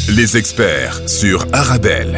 Les experts sur Arabelle.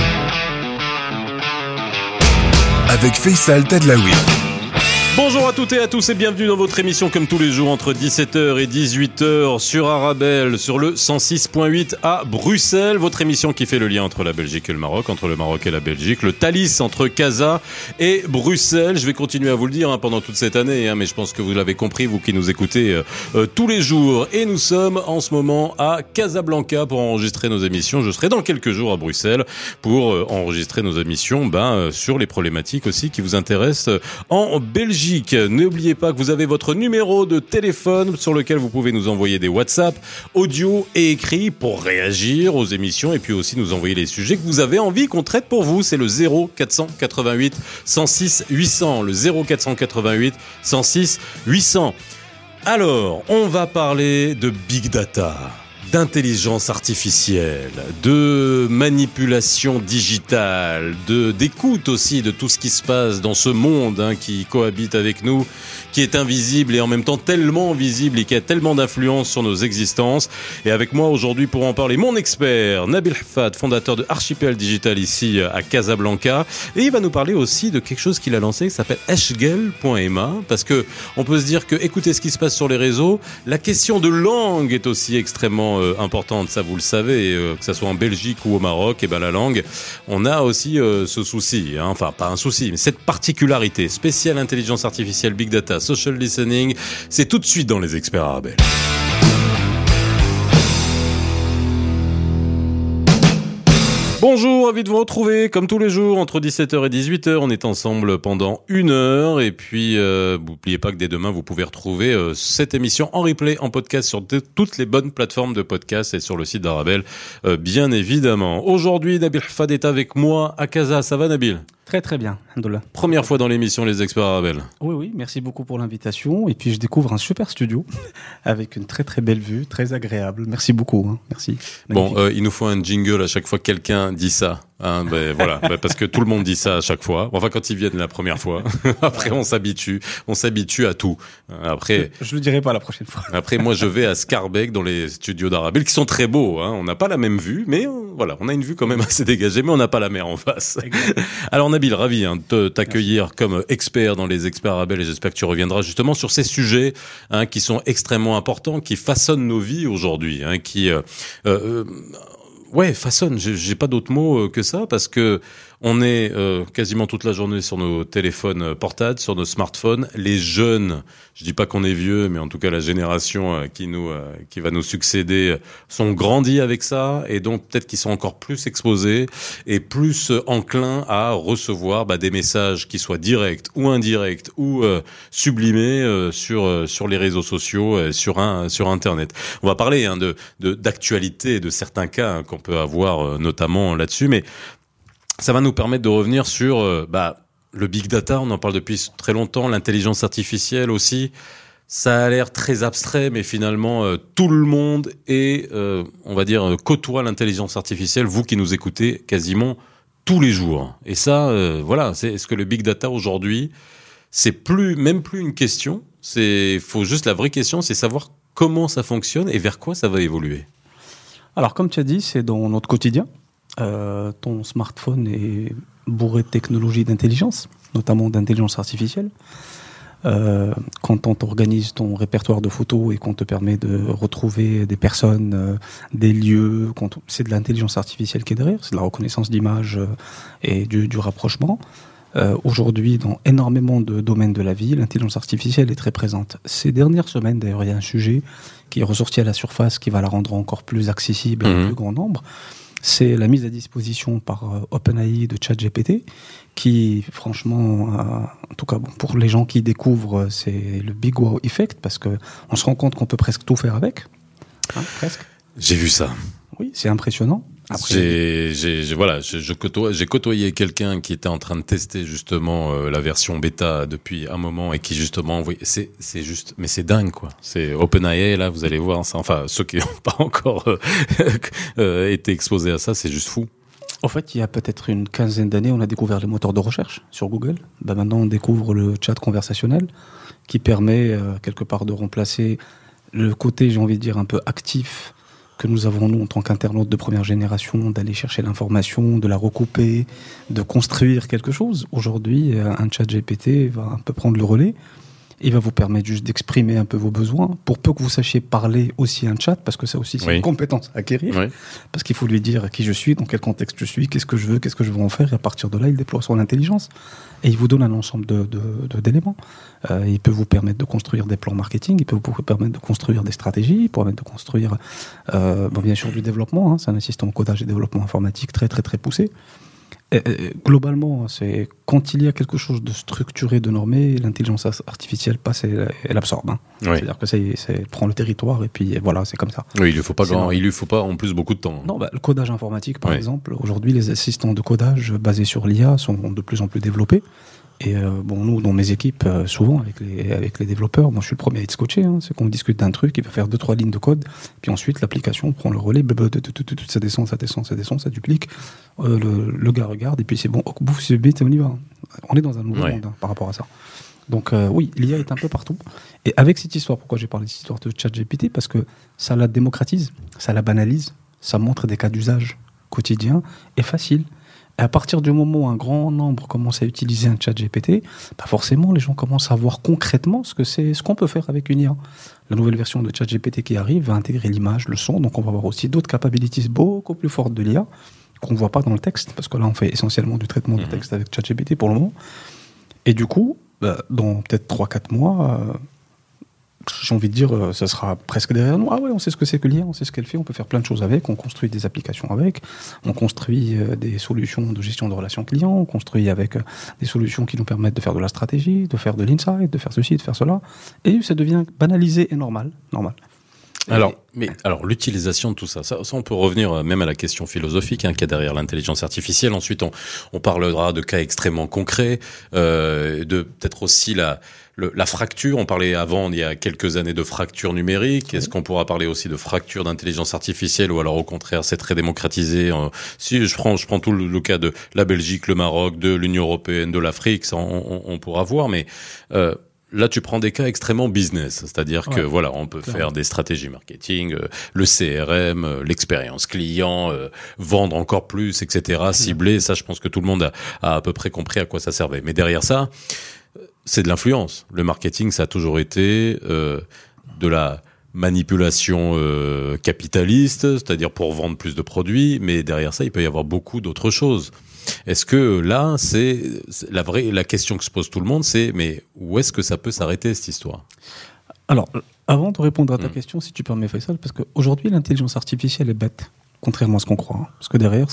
Avec Faisal Tadlaoui. Bonjour à toutes et à tous et bienvenue dans votre émission comme tous les jours entre 17h et 18h sur Arabelle, sur le 106.8 à Bruxelles. Votre émission qui fait le lien entre la Belgique et le Maroc, entre le Maroc et la Belgique, le Thalys entre Casa et Bruxelles. Je vais continuer à vous le dire pendant toute cette année, mais je pense que vous l'avez compris, vous qui nous écoutez tous les jours. Et nous sommes en ce moment à Casablanca pour enregistrer nos émissions. Je serai dans quelques jours à Bruxelles pour enregistrer nos émissions sur les problématiques aussi qui vous intéressent en Belgique. N'oubliez pas que vous avez votre numéro de téléphone sur lequel vous pouvez nous envoyer des WhatsApp, audio et écrit pour réagir aux émissions et puis aussi nous envoyer les sujets que vous avez envie qu'on traite pour vous. C'est le 0488 106 800, le 0488 106 800. Alors, on va parler de Big Data, d'intelligence artificielle, de manipulation digitale, d'écoute aussi de tout ce qui se passe dans ce monde qui cohabite avec nous, qui est invisible et en même temps tellement visible et qui a tellement d'influence sur nos existences. Et avec moi aujourd'hui pour en parler, mon expert Nabil Hfad, fondateur de Archipel Digital ici à Casablanca. Et il va nous parler aussi de quelque chose qu'il a lancé qui s'appelle Eshgel.ma, parce que on peut se dire que écoutez ce qui se passe sur les réseaux, la question de langue est aussi extrêmement importante, ça vous le savez, que ça soit en Belgique ou au Maroc, et la langue, on a aussi ce souci, enfin pas un souci, mais cette particularité spéciale intelligence artificielle, big data, social listening, c'est tout de suite dans les experts Arabelle. Bonjour, ravi de vous retrouver comme tous les jours entre 17h et 18h. On est ensemble pendant 1 heure et puis n'oubliez pas que dès demain vous pouvez retrouver cette émission en replay, en podcast sur toutes les bonnes plateformes de podcast et sur le site d'Arabelle bien évidemment. Aujourd'hui, Nabil Hfad est avec moi à Casa. Ça va Nabil ? Très très bien, alhamdoulilah. Première fois dans l'émission Les Experts Arabelle. Oui, merci beaucoup pour l'invitation. Et puis je découvre un super studio avec une très très belle vue, très agréable. Merci beaucoup, merci. Magnifique. Bon, il nous faut un jingle à chaque fois que quelqu'un dit ça. Voilà, parce que tout le monde dit ça à chaque fois. Enfin, quand ils viennent la première fois. Après, on s'habitue à tout. Après, je le dirai pas la prochaine fois. Après, moi, je vais à Scarbeck dans les studios d'Arabelle qui sont très beaux. On n'a pas la même vue, mais voilà, on a une vue quand même assez dégagée, mais on n'a pas la mer en face. Alors, Nabil, ravi de t'accueillir comme expert dans les experts Arabelle et j'espère que tu reviendras justement sur ces sujets qui sont extrêmement importants, qui façonnent nos vies aujourd'hui, façonne. J'ai pas d'autre mot que ça parce que on est quasiment toute la journée sur nos téléphones portables, sur nos smartphones. Les jeunes, je dis pas qu'on est vieux, mais en tout cas la génération qui va nous succéder sont grandis avec ça et donc peut-être qu'ils sont encore plus exposés et plus enclins à recevoir des messages qui soient directs ou indirects ou sublimés sur les réseaux sociaux, sur Internet. On va parler d'actualité, de certains cas qu'on peut avoir notamment là-dessus, mais ça va nous permettre de revenir sur le big data, on en parle depuis très longtemps, l'intelligence artificielle aussi. Ça a l'air très abstrait, mais finalement, tout le monde côtoie l'intelligence artificielle, vous qui nous écoutez quasiment tous les jours. Et ça, est-ce que le big data aujourd'hui, c'est même plus une question, la vraie question, c'est savoir comment ça fonctionne et vers quoi ça va évoluer. Alors, comme tu as dit, c'est dans notre quotidien. Ton smartphone est bourré de technologies d'intelligence, notamment d'intelligence artificielle. Quand on t'organise ton répertoire de photos et qu'on te permet de retrouver des personnes, des lieux, c'est de l'intelligence artificielle qui est derrière, c'est de la reconnaissance d'images et du rapprochement. Aujourd'hui, dans énormément de domaines de la vie, l'intelligence artificielle est très présente. Ces dernières semaines, d'ailleurs, il y a un sujet qui est ressorti à la surface qui va la rendre encore plus accessible à un plus grand nombre. C'est la mise à disposition par OpenAI de ChatGPT, qui, franchement, en tout cas pour les gens qui découvrent, c'est le big wow effect, parce que on se rend compte qu'on peut presque tout faire avec, presque. J'ai vu ça. Oui, c'est impressionnant. Après, j'ai côtoyé quelqu'un qui était en train de tester justement la version bêta depuis un moment et qui justement c'est juste, mais c'est dingue quoi. C'est OpenAI là, vous allez voir ça. Enfin, ceux qui n'ont pas encore été exposés à ça, c'est juste fou. En fait, il y a peut-être une quinzaine d'années, on a découvert les moteurs de recherche sur Google. Maintenant, on découvre le chat conversationnel qui permet quelque part de remplacer le côté, j'ai envie de dire, un peu actif que nous avons, nous, en tant qu'internautes de première génération, d'aller chercher l'information, de la recouper, de construire quelque chose. Aujourd'hui, un chat GPT va un peu prendre le relais. Il va vous permettre juste d'exprimer un peu vos besoins, pour peu que vous sachiez parler aussi un chat, parce que ça aussi, c'est une compétence à acquérir. Oui. Parce qu'il faut lui dire qui je suis, dans quel contexte je suis, qu'est-ce que je veux en faire, et à partir de là, il déploie son intelligence. Et il vous donne un ensemble d'éléments. Il peut vous permettre de construire des plans marketing, il peut vous permettre de construire des stratégies, il peut vous permettre de construire, bien sûr, du développement. Hein, c'est un assistant codage et développement informatique très, très, très poussé. Globalement, c'est quand il y a quelque chose de structuré, de normé, l'intelligence artificielle passe et elle absorbe. Hein. Oui. C'est-à-dire que elle prend le territoire et puis voilà, c'est comme ça. Oui, il lui faut pas en plus beaucoup de temps. Non, le codage informatique, par exemple, aujourd'hui, les assistants de codage basés sur l'IA sont de plus en plus développés. Et nous, dans mes équipes, souvent avec les développeurs, moi je suis le premier à être scotché. Hein, c'est qu'on discute d'un truc, il va faire 2-3 lignes de code, puis ensuite l'application prend le relais, ça descend, ça duplique. Le gars regarde et puis c'est bon, bouffe, c'est bête, on y va. On est dans un nouveau monde par rapport à ça. Donc oui, l'IA est un peu partout. Et avec cette histoire, pourquoi j'ai parlé de cette histoire de ChatGPT ? Parce que ça la démocratise, ça la banalise, ça montre des cas d'usage quotidiens et faciles. Et à partir du moment où un grand nombre commence à utiliser un chat GPT, forcément, les gens commencent à voir concrètement ce qu'on peut faire avec une IA. La nouvelle version de chat GPT qui arrive va intégrer l'image, le son, donc on va avoir aussi d'autres capabilities beaucoup plus fortes de l'IA qu'on ne voit pas dans le texte, parce que là, on fait essentiellement du traitement de texte avec chat GPT pour le moment. Et du coup, dans peut-être 3-4 mois... j'ai envie de dire, ça sera presque derrière nous. Ah ouais, on sait ce que c'est que l'IA, on sait ce qu'elle fait, on peut faire plein de choses avec, on construit des applications avec, on construit des solutions de gestion de relations clients, on construit avec des solutions qui nous permettent de faire de la stratégie, de faire de l'insight, de faire ceci, de faire cela, et ça devient banalisé et normal. Alors, l'utilisation de tout ça, on peut revenir même à la question philosophique qu'il y a derrière l'intelligence artificielle. Ensuite, on parlera de cas extrêmement concrets, de peut-être aussi la fracture. On parlait avant, il y a quelques années, de fracture numérique. Est-ce qu'on pourra parler aussi de fracture d'intelligence artificielle, ou alors au contraire, c'est très démocratisé? Si je prends tout le cas de la Belgique, le Maroc, de l'Union européenne, de l'Afrique, ça, on pourra voir, mais là, tu prends des cas extrêmement business, c'est-à-dire que voilà, on peut faire des stratégies marketing, le CRM, l'expérience client, vendre encore plus, etc., cibler. Ça, je pense que tout le monde a à peu près compris à quoi ça servait. Mais derrière ça, c'est de l'influence. Le marketing, ça a toujours été de la manipulation capitaliste, c'est-à-dire pour vendre plus de produits. Mais derrière ça, il peut y avoir beaucoup d'autres choses. Est-ce que là, c'est la question que se pose tout le monde, c'est mais où est-ce que ça peut s'arrêter, cette histoire ? Alors, avant de répondre à ta question, si tu permets, Faisal, parce qu'aujourd'hui, l'intelligence artificielle est bête, contrairement à ce qu'on croit. Hein. Parce que derrière,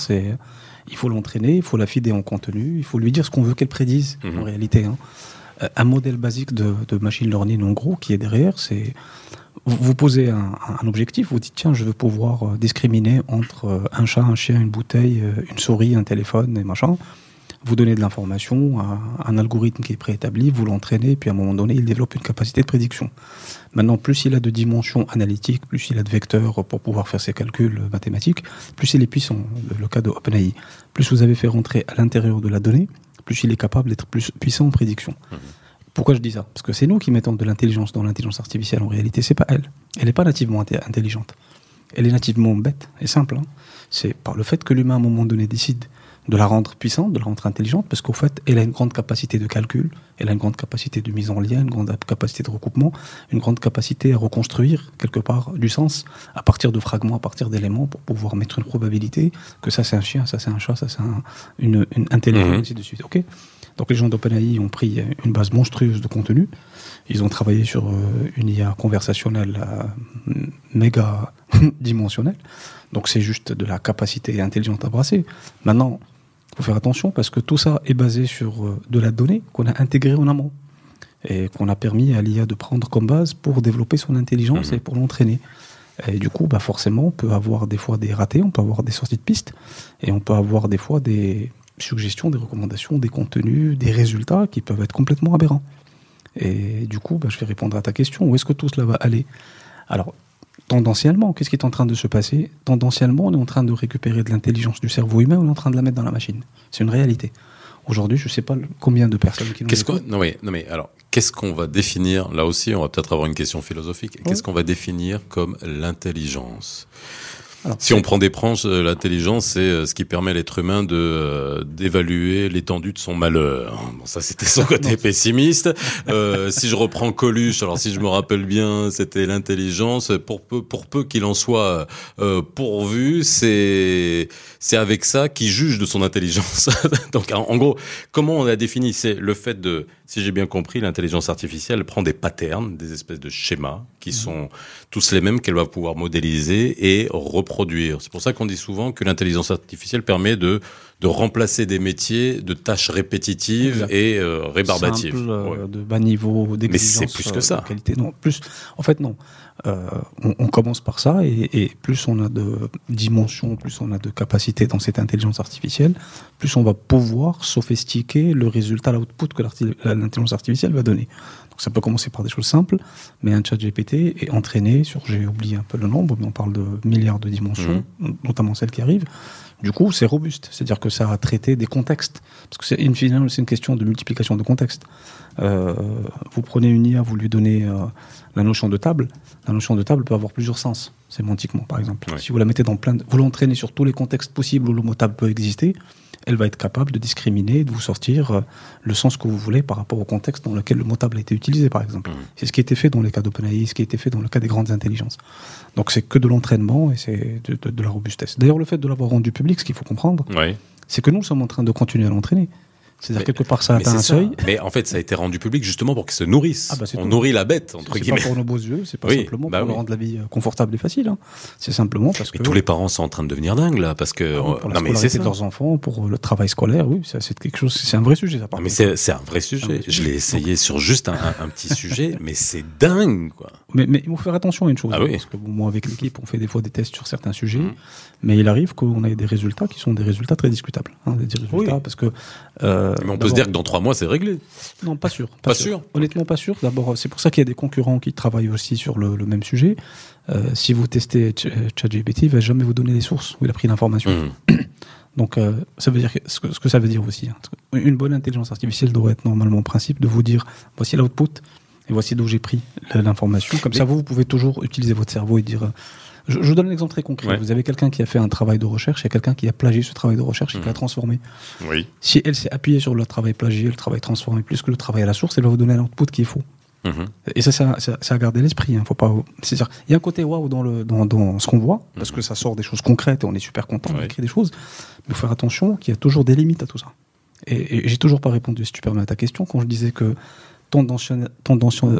il faut l'entraîner, il faut la feeder en contenu, il faut lui dire ce qu'on veut qu'elle prédise, en réalité. Hein. Un modèle basique de machine learning, en gros, qui est derrière, c'est... Vous posez un objectif, vous dites tiens, je veux pouvoir discriminer entre un chat, un chien, une bouteille, une souris, un téléphone et machin. Vous donnez de l'information à un algorithme qui est préétabli, vous l'entraînez, puis à un moment donné, il développe une capacité de prédiction. Maintenant, plus il a de dimensions analytiques, plus il a de vecteurs pour pouvoir faire ses calculs mathématiques, plus il est puissant. Le cas de OpenAI. Plus vous avez fait rentrer à l'intérieur de la donnée, plus il est capable d'être plus puissant en prédiction. Pourquoi je dis ça ? Parce que c'est nous qui mettons de l'intelligence dans l'intelligence artificielle. En réalité, c'est pas elle. Elle n'est pas nativement intelligente. Elle est nativement bête et simple. Hein. C'est par le fait que l'humain, à un moment donné, décide de la rendre puissante, de la rendre intelligente, parce qu'au fait, elle a une grande capacité de calcul, elle a une grande capacité de mise en lien, une grande capacité de recoupement, une grande capacité à reconstruire, quelque part, du sens, à partir de fragments, à partir d'éléments, pour pouvoir mettre une probabilité que ça c'est un chien, ça c'est un chat, ça c'est une intelligence, ainsi de suite. Ok ? Donc les gens d'OpenAI ont pris une base monstrueuse de contenu. Ils ont travaillé sur une IA conversationnelle méga dimensionnelle. Donc c'est juste de la capacité intelligente à brasser. Maintenant, il faut faire attention parce que tout ça est basé sur de la donnée qu'on a intégrée en amont et qu'on a permis à l'IA de prendre comme base pour développer son intelligence et pour l'entraîner. Et du coup, forcément, on peut avoir des fois des ratés, on peut avoir des sorties de piste et on peut avoir des fois des suggestions, des recommandations, des contenus, des résultats qui peuvent être complètement aberrants. Et du coup, je vais répondre à ta question. Où est-ce que tout cela va aller ? Alors, tendanciellement, qu'est-ce qui est en train de se passer ? Tendanciellement, on est en train de récupérer de l'intelligence du cerveau humain, on est en train de la mettre dans la machine. C'est une réalité. Aujourd'hui, je ne sais pas combien de personnes qui Non mais alors, qu'est-ce qu'on va définir, là aussi on va peut-être avoir une question philosophique, qu'est-ce qu'on va définir comme l'intelligence ? Alors, si on prend des branches, l'intelligence, c'est ce qui permet à l'être humain d'évaluer l'étendue de son malheur. Bon, ça, c'était son côté pessimiste. Si je reprends Coluche, alors si je me rappelle bien, c'était l'intelligence. Pour peu qu'il en soit pourvu, c'est avec ça qu'il juge de son intelligence. Donc, en gros, comment on l'a défini ? C'est le fait de, si j'ai bien compris, l'intelligence artificielle prend des patterns, des espèces de schémas qui sont tous les mêmes qu'elle va pouvoir modéliser et reproduire. C'est pour ça qu'on dit souvent que l'intelligence artificielle permet de remplacer des métiers de tâches répétitives et rébarbatives. Simple, de bas niveau d'exigence. Mais c'est plus que ça. De qualité. Non, plus. En fait, non. On commence par ça et plus on a de dimensions, plus on a de capacités dans cette intelligence artificielle, plus on va pouvoir sophistiquer le résultat, l'output que l'intelligence artificielle va donner. Donc ça peut commencer par des choses simples, mais un chat GPT est entraîné sur, j'ai oublié un peu le nombre, mais on parle de milliards de dimensions, notamment celles qui arrivent. Du coup, c'est robuste, c'est-à-dire que ça a traité des contextes, parce que c'est une question de multiplication de contextes. Vous prenez une IA, vous lui donnez la notion de table. La notion de table peut avoir plusieurs sens, sémantiquement, par exemple. Ouais. Si vous la mettez dans vous l'entraînez sur tous les contextes possibles où le mot table peut exister, elle va être capable de discriminer, de vous sortir le sens que vous voulez par rapport au contexte dans lequel le mot table a été utilisé, par exemple. C'est ce qui a été fait dans les cas d'OpenAI, ce qui a été fait dans le cas des grandes intelligences. Donc c'est que de l'entraînement et c'est de la robustesse. D'ailleurs, le fait de l'avoir rendu public, ce qu'il faut comprendre, c'est que nous sommes en train de continuer à l'entraîner. C'est-à-dire quelque part ça atteint un seuil. Mais en fait, ça a été rendu public justement pour qu'ils se nourrissent. On nourrit la bête, entre guillemets. C'est pas pour nos beaux yeux, c'est pas simplement pour leur rendre la vie confortable et facile. Hein. C'est simplement parce que... tous les parents sont en train de devenir dingues, là, parce que... pour la scolarité de leurs enfants, pour le travail scolaire, oui, c'est quelque chose, c'est un vrai sujet, ça. Mais c'est un vrai sujet. Je l'ai essayé sur juste un petit sujet, mais c'est dingue, quoi. Mais il faut faire attention à une chose. Parce que moi, avec l'équipe, on fait des fois des tests sur certains sujets, mais il arrive qu'on ait des résultats qui sont des résultats très discutables. Des résultats parce que... mais on peut se dire que dans 3 mois, c'est réglé. Non, pas sûr. Pas sûr. Honnêtement, pas sûr. D'abord, c'est pour ça qu'il y a des concurrents qui travaillent aussi sur le même sujet. Si vous testez ChatGPT, il ne va jamais vous donner les sources où il a pris l'information. Donc, ça veut dire ce que ça veut dire aussi. Hein. Une bonne intelligence artificielle doit être normalement en principe de vous dire voici l'output et voici d'où j'ai pris l'information. Comme ça, vous pouvez toujours utiliser votre cerveau et dire... Je vous donne un exemple très concret. Vous avez quelqu'un qui a fait un travail de recherche, il y a quelqu'un qui a plagié ce travail de recherche et qui l'a transformé. Si elle s'est appuyée sur le travail plagié, le travail transformé, plus que le travail à la source, elle va vous donner un output qui est faux. Et ça a gardé l'esprit. Hein. Faut pas... C'est-à-dire, il y a un côté waouh dans ce qu'on voit, parce que ça sort des choses concrètes et on est super content d'écrire des choses. Mais il faut faire attention qu'il y a toujours des limites à tout ça. Et j'ai toujours pas répondu, si tu permets, à ta question, quand je disais que tendanciellement,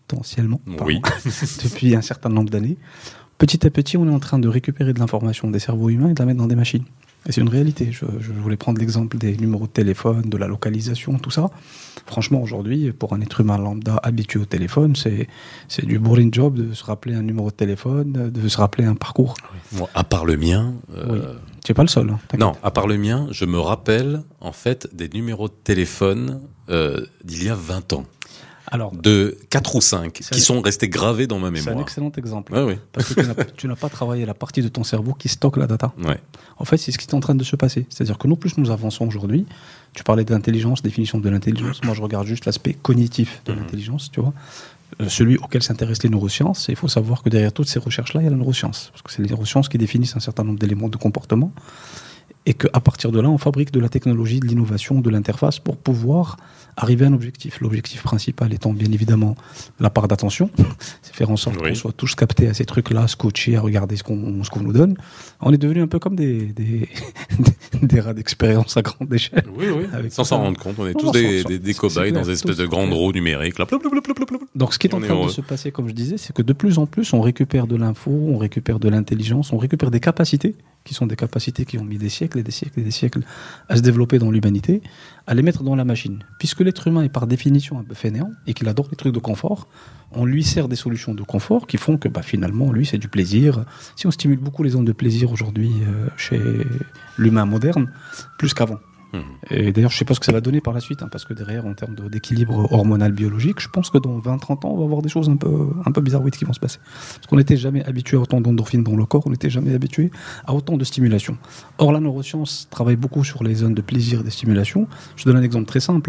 depuis un certain nombre d'années, petit à petit, on est en train de récupérer de l'information des cerveaux humains et de la mettre dans des machines. Et c'est une réalité. Je voulais prendre l'exemple des numéros de téléphone, de la localisation, tout ça. Franchement, aujourd'hui, pour un être humain lambda habitué au téléphone, c'est du boring job de se rappeler un numéro de téléphone, de se rappeler un parcours. Moi, à part le mien... Tu n'es pas le seul. Hein, non, à part le mien, je me rappelle, en fait, des numéros de téléphone d'il y a 20 ans. Alors, de 4 ou 5 qui sont restés gravés dans ma mémoire. C'est un excellent exemple. Parce que tu n'as pas travaillé la partie de ton cerveau qui stocke la data. En fait, c'est ce qui est en train de se passer. C'est-à-dire que plus nous avançons aujourd'hui, tu parlais d'intelligence, définition de l'intelligence. Moi, je regarde juste l'aspect cognitif de l'intelligence, tu vois. Celui auquel s'intéressent les neurosciences. Et il faut savoir que derrière toutes ces recherches-là, il y a la neuroscience. Parce que c'est les neurosciences qui définissent un certain nombre d'éléments de comportement. Et qu'à partir de là, on fabrique de la technologie, de l'innovation, de l'interface pour pouvoir arriver à un objectif. L'objectif principal étant bien évidemment la part d'attention, c'est faire en sorte qu'on soit tous captés à ces trucs-là, scotchés, à regarder ce qu'on nous donne. On est devenus un peu comme des rats d'expérience à grande échelle. Sans s'en rendre compte, on est tous des cobayes dans des espèces de grandes roues numériques. Là. Donc ce qui est en train de se passer, comme je disais, c'est que de plus en plus, on récupère de l'info, on récupère de l'intelligence, on récupère des capacités, qui sont des capacités qui ont mis des siècles et des siècles et des siècles à se développer dans l'humanité, à les mettre dans la machine. Puisque l'être humain est par définition un peu fainéant et qu'il adore les trucs de confort, on lui sert des solutions de confort qui font que finalement, lui, c'est du plaisir. Si on stimule beaucoup les zones de plaisir aujourd'hui chez l'humain moderne, plus qu'avant. Et d'ailleurs, je ne sais pas ce que ça va donner par la suite, parce que derrière, en termes d'équilibre hormonal biologique, je pense que dans 20-30 ans, on va avoir des choses un peu bizarroïdes qui vont se passer. Parce qu'on n'était jamais habitué à autant d'endorphines dans le corps, on n'était jamais habitué à autant de stimulation. Or, la neuroscience travaille beaucoup sur les zones de plaisir et de stimulation. Je te donne un exemple très simple.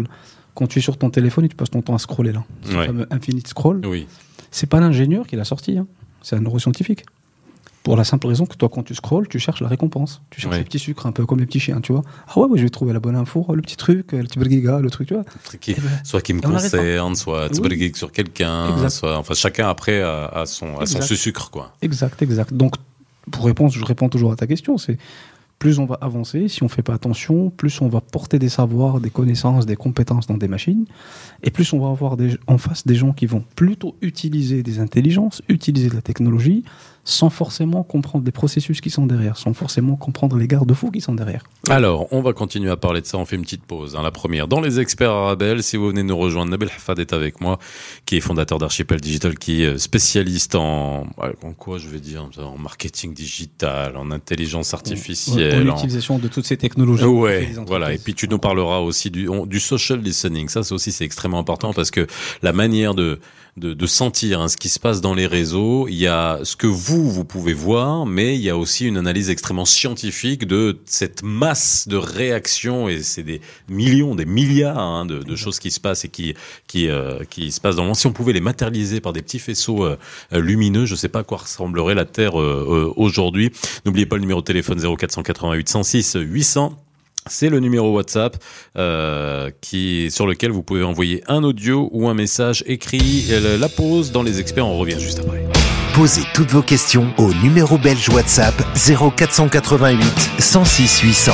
Quand tu es sur ton téléphone et tu passes ton temps à scroller là, ce fameux infinite scroll, c'est pas l'ingénieur qui l'a sorti, hein. C'est un neuroscientifique. Pour la simple raison que toi, quand tu scrolles, tu cherches la récompense. Tu cherches le petit sucre, un peu comme les petits chiens, tu vois. Ah ouais, je vais trouver la bonne info, le petit truc, le petit brigiga, le truc, tu vois. Soit qui me concerne, soit tu sur quelqu'un, soit, enfin, chacun après a son sucre, quoi. Exact. Donc, je réponds toujours à ta question, c'est plus on va avancer, si on ne fait pas attention, plus on va porter des savoirs, des connaissances, des compétences dans des machines, et plus on va avoir en face des gens qui vont plutôt utiliser des intelligences, utiliser de la technologie, sans forcément comprendre les processus qui sont derrière, sans forcément comprendre les garde-fous qui sont derrière. Alors, on va continuer à parler de ça, on fait une petite pause. La première, dans les experts Arabelle, si vous venez nous rejoindre, Nabil Hafad est avec moi, qui est fondateur d'Archipel Digital, qui est spécialiste en quoi je vais dire, en marketing digital, en intelligence artificielle. En utilisation de toutes ces technologies. Ouais, voilà. Et puis tu nous parleras aussi du social listening. Ça, c'est extrêmement important parce que la manière de sentir ce qui se passe dans les réseaux, il y a ce que vous pouvez voir, mais il y a aussi une analyse extrêmement scientifique de cette masse de réactions, et c'est des millions, des milliards de choses qui se passent et qui se passent dans le monde. Si on pouvait les matérialiser par des petits faisceaux lumineux, je sais pas à quoi ressemblerait la Terre aujourd'hui. N'oubliez pas le numéro de téléphone 0488 106 800. C'est le numéro WhatsApp sur lequel vous pouvez envoyer un audio ou un message écrit. La pause dans les experts, on revient juste après. Posez toutes vos questions au numéro belge WhatsApp 0488 106 800.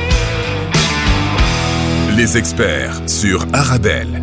Les experts sur Arabelle.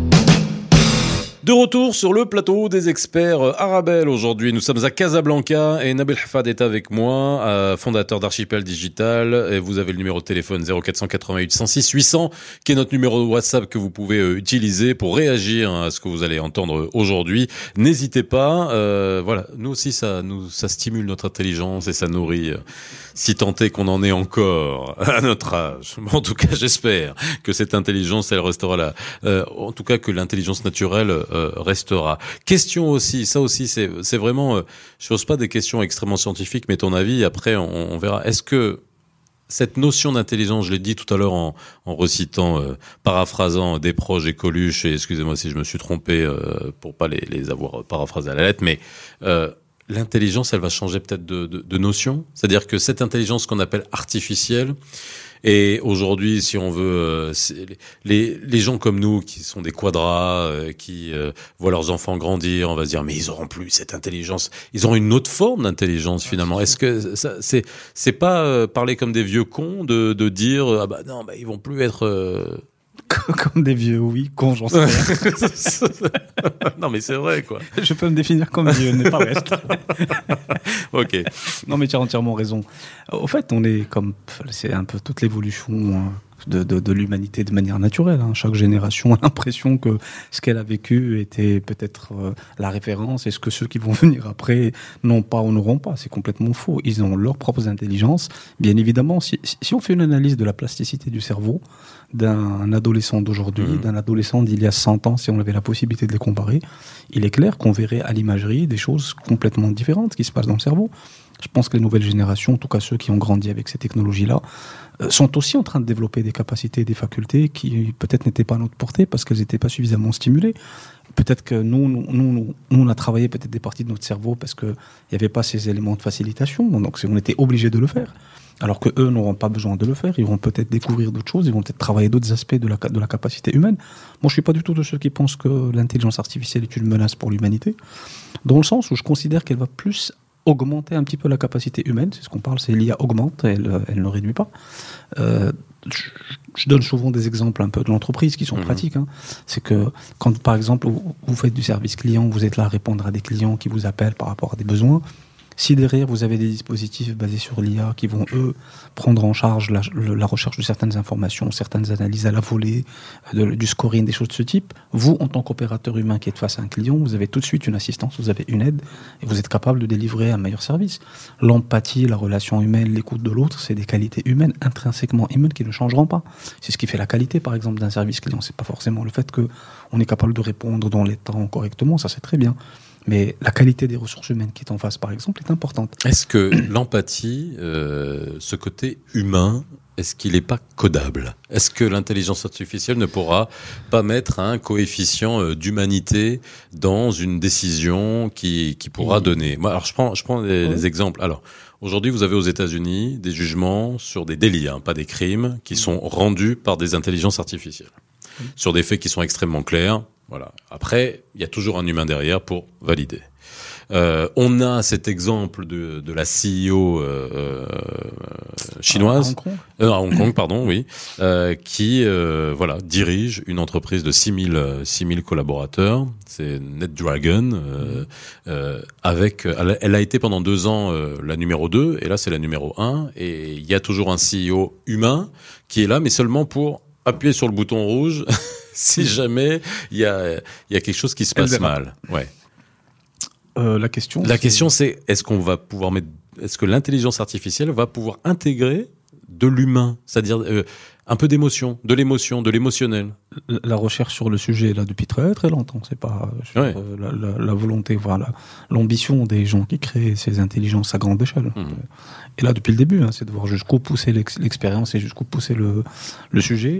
De retour sur le plateau des experts Arabelle aujourd'hui. Nous sommes à Casablanca et Nabil Hafad est avec moi, fondateur d'Archipel Digital. Et vous avez le numéro de téléphone 0488 106 800 qui est notre numéro de WhatsApp que vous pouvez utiliser pour réagir à ce que vous allez entendre aujourd'hui. N'hésitez pas. Voilà, nous aussi ça stimule notre intelligence et ça nourrit. Si tant est qu'on en est encore à notre âge. Bon, en tout cas, j'espère que cette intelligence, elle restera là. En tout cas, que l'intelligence naturelle restera. Question aussi, ça aussi, c'est vraiment. Je pose pas des questions extrêmement scientifiques, mais ton avis. Après, on verra. Est-ce que cette notion d'intelligence, je l'ai dit tout à l'heure en recitant, paraphrasant Desproges et Coluche, et excusez-moi si je me suis trompé pour pas les avoir paraphrasés à la lettre, mais l'intelligence, elle va changer peut-être de notion. C'est-à-dire que cette intelligence qu'on appelle artificielle, et aujourd'hui, si on veut, les gens comme nous, qui sont des quadras, qui voient leurs enfants grandir, on va se dire, mais ils auront plus cette intelligence. Ils auront une autre forme d'intelligence, finalement. Est-ce que ça, c'est pas parler comme des vieux cons de dire, ah bah non, bah ils vont plus être... Comme des vieux, oui, cons, j'en sais rien. Non, mais c'est vrai, quoi. Je peux me définir comme vieux, n'est pas reste. Ok. Non, mais tu as entièrement raison. Au fait, c'est un peu toute l'évolution de l'humanité de manière naturelle. Chaque génération a l'impression que ce qu'elle a vécu était peut-être la référence, et ce que ceux qui vont venir après n'ont pas ou n'auront pas. C'est complètement faux. Ils ont leurs propres intelligences. Bien évidemment, si on fait une analyse de la plasticité du cerveau d'un adolescent d'aujourd'hui, d'un adolescent d'il y a 100 ans, si on avait la possibilité de les comparer, il est clair qu'on verrait à l'imagerie des choses complètement différentes qui se passent dans le cerveau. Je pense que les nouvelles générations, en tout cas ceux qui ont grandi avec ces technologies-là, sont aussi en train de développer des capacités et des facultés qui peut-être n'étaient pas à notre portée parce qu'elles n'étaient pas suffisamment stimulées. Peut-être que nous, on a travaillé peut-être des parties de notre cerveau parce qu'il n'y avait pas ces éléments de facilitation, donc on était obligé de le faire. Alors que eux n'auront pas besoin de le faire, ils vont peut-être découvrir d'autres choses, ils vont peut-être travailler d'autres aspects de la capacité humaine. Moi, je suis pas du tout de ceux qui pensent que l'intelligence artificielle est une menace pour l'humanité, dans le sens où je considère qu'elle va plus augmenter un petit peu la capacité humaine, c'est ce qu'on parle, c'est l'IA augmente, elle ne réduit pas. Je donne souvent des exemples un peu de l'entreprise qui sont pratiques. C'est que quand, par exemple, vous faites du service client, vous êtes là à répondre à des clients qui vous appellent par rapport à des besoins. Si derrière, vous avez des dispositifs basés sur l'IA qui vont, eux, prendre en charge la recherche de certaines informations, certaines analyses à la volée, du scoring, des choses de ce type, vous, en tant qu'opérateur humain qui êtes face à un client, vous avez tout de suite une assistance, vous avez une aide, et vous êtes capable de délivrer un meilleur service. L'empathie, la relation humaine, l'écoute de l'autre, c'est des qualités humaines, intrinsèquement humaines, qui ne changeront pas. C'est ce qui fait la qualité, par exemple, d'un service client. C'est pas forcément le fait qu'on est capable de répondre dans les temps correctement, ça c'est très bien. Mais la qualité des ressources humaines qui est en face, par exemple, est importante. Est-ce que l'empathie, ce côté humain, est-ce qu'il n'est pas codable ? Est-ce que l'intelligence artificielle ne pourra pas mettre un coefficient d'humanité dans une décision qui pourra donner ? Moi, alors je prends les exemples. Alors, aujourd'hui, vous avez aux États-Unis des jugements sur des délits, pas des crimes, qui sont rendus par des intelligences artificielles, sur des faits qui sont extrêmement clairs. Voilà. Après, il y a toujours un humain derrière pour valider. On a cet exemple de la CEO chinoise à Hong Kong, pardon, oui, qui dirige une entreprise de 6000 collaborateurs. C'est NetDragon. Elle a été pendant 2 ans la numéro 2 et là c'est la numéro 1. Et il y a toujours un CEO humain qui est là, mais seulement pour appuyer sur le bouton rouge si jamais il y a quelque chose qui se passe mal. Ouais. La question, c'est est-ce que l'intelligence artificielle va pouvoir intégrer de l'humain, c'est-à-dire un peu d'émotion, de l'émotion, de l'émotionnel. La recherche sur le sujet est là depuis très très longtemps. C'est pas la volonté, voilà, l'ambition des gens qui créent ces intelligences à grande échelle. Et là, depuis le début, c'est de voir jusqu'où pousser l'expérience et jusqu'où pousser le sujet,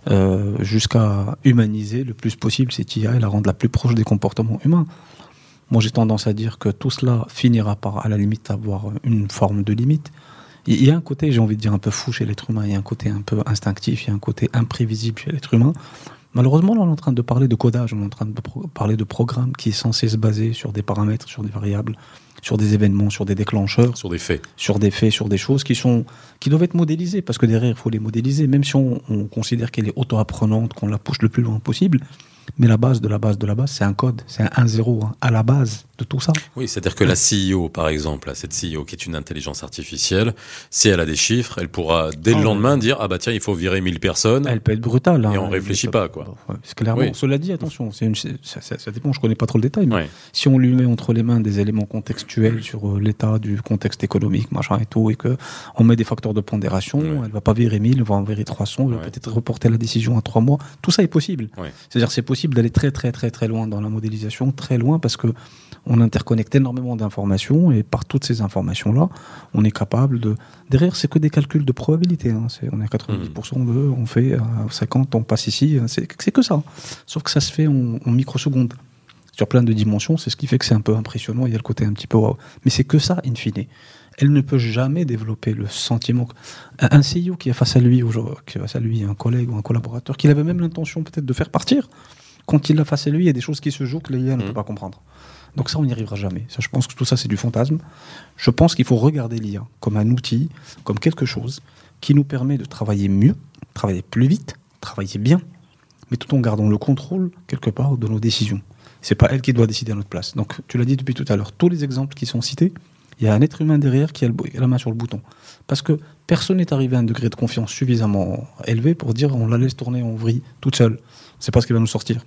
jusqu'à humaniser le plus possible cette IA et la rendre la plus proche des comportements humains. Moi, j'ai tendance à dire que tout cela finira par, à la limite, avoir une forme de limite. Il y a un côté, j'ai envie de dire, un peu fou chez l'être humain, il y a un côté un peu instinctif, il y a un côté imprévisible chez l'être humain. Malheureusement, là, on est en train de parler de codage, on est en train de parler de programme qui est censé se baser sur des paramètres, sur des variables, sur des événements, sur des déclencheurs. Sur des faits, sur des choses qui doivent être modélisées, parce que derrière, il faut les modéliser, même si on considère qu'elle est auto-apprenante, qu'on la pousse le plus loin possible. Mais la base de la base de la base, c'est un code, c'est un 1-0 à la base de tout ça. Oui, c'est-à-dire que la CEO, par exemple, cette CEO qui est une intelligence artificielle, si elle a des chiffres, elle pourra dès le lendemain dire ah bah tiens, il faut virer 1000 personnes. Elle peut être brutale. Et on réfléchit pas quoi. Ouais, c'est clairement. Oui. Cela dit, attention, ça dépend. Je connais pas trop le détail, mais si on lui met entre les mains des éléments contextuels sur l'état du contexte économique, machin et tout, et que on met des facteurs de pondération, elle va pas virer 1000, elle va en virer 300, elle va peut-être reporter la décision à 3 mois. Tout ça est possible. C'est-à-dire c'est possible d'aller très très très très loin dans la modélisation, très loin, parce que on interconnecte énormément d'informations et par toutes ces informations-là, on est capable de... Derrière, c'est que des calculs de probabilité. On est à 90% on fait à 50, on passe ici. C'est que ça. Sauf que ça se fait en microsecondes. Sur plein de dimensions, c'est ce qui fait que c'est un peu impressionnant. Il y a le côté un petit peu wow. Mais c'est que ça, in fine. Elle ne peut jamais développer le sentiment... Un CEO qui a face à lui un collègue ou un collaborateur, qu'il avait même l'intention peut-être de faire partir, quand il l'a face à lui, il y a des choses qui se jouent que l'IA ne peut pas comprendre. Donc ça, on n'y arrivera jamais. Ça, je pense que tout ça, c'est du fantasme. Je pense qu'il faut regarder l'IA comme un outil, comme quelque chose qui nous permet de travailler mieux, travailler plus vite, travailler bien, mais tout en gardant le contrôle, quelque part, de nos décisions. C'est pas elle qui doit décider à notre place. Donc, tu l'as dit depuis tout à l'heure, tous les exemples qui sont cités, il y a un être humain derrière qui a la main sur le bouton. Parce que personne n'est arrivé à un degré de confiance suffisamment élevé pour dire on la laisse tourner en vrille toute seule. C'est pas ce qui va nous sortir.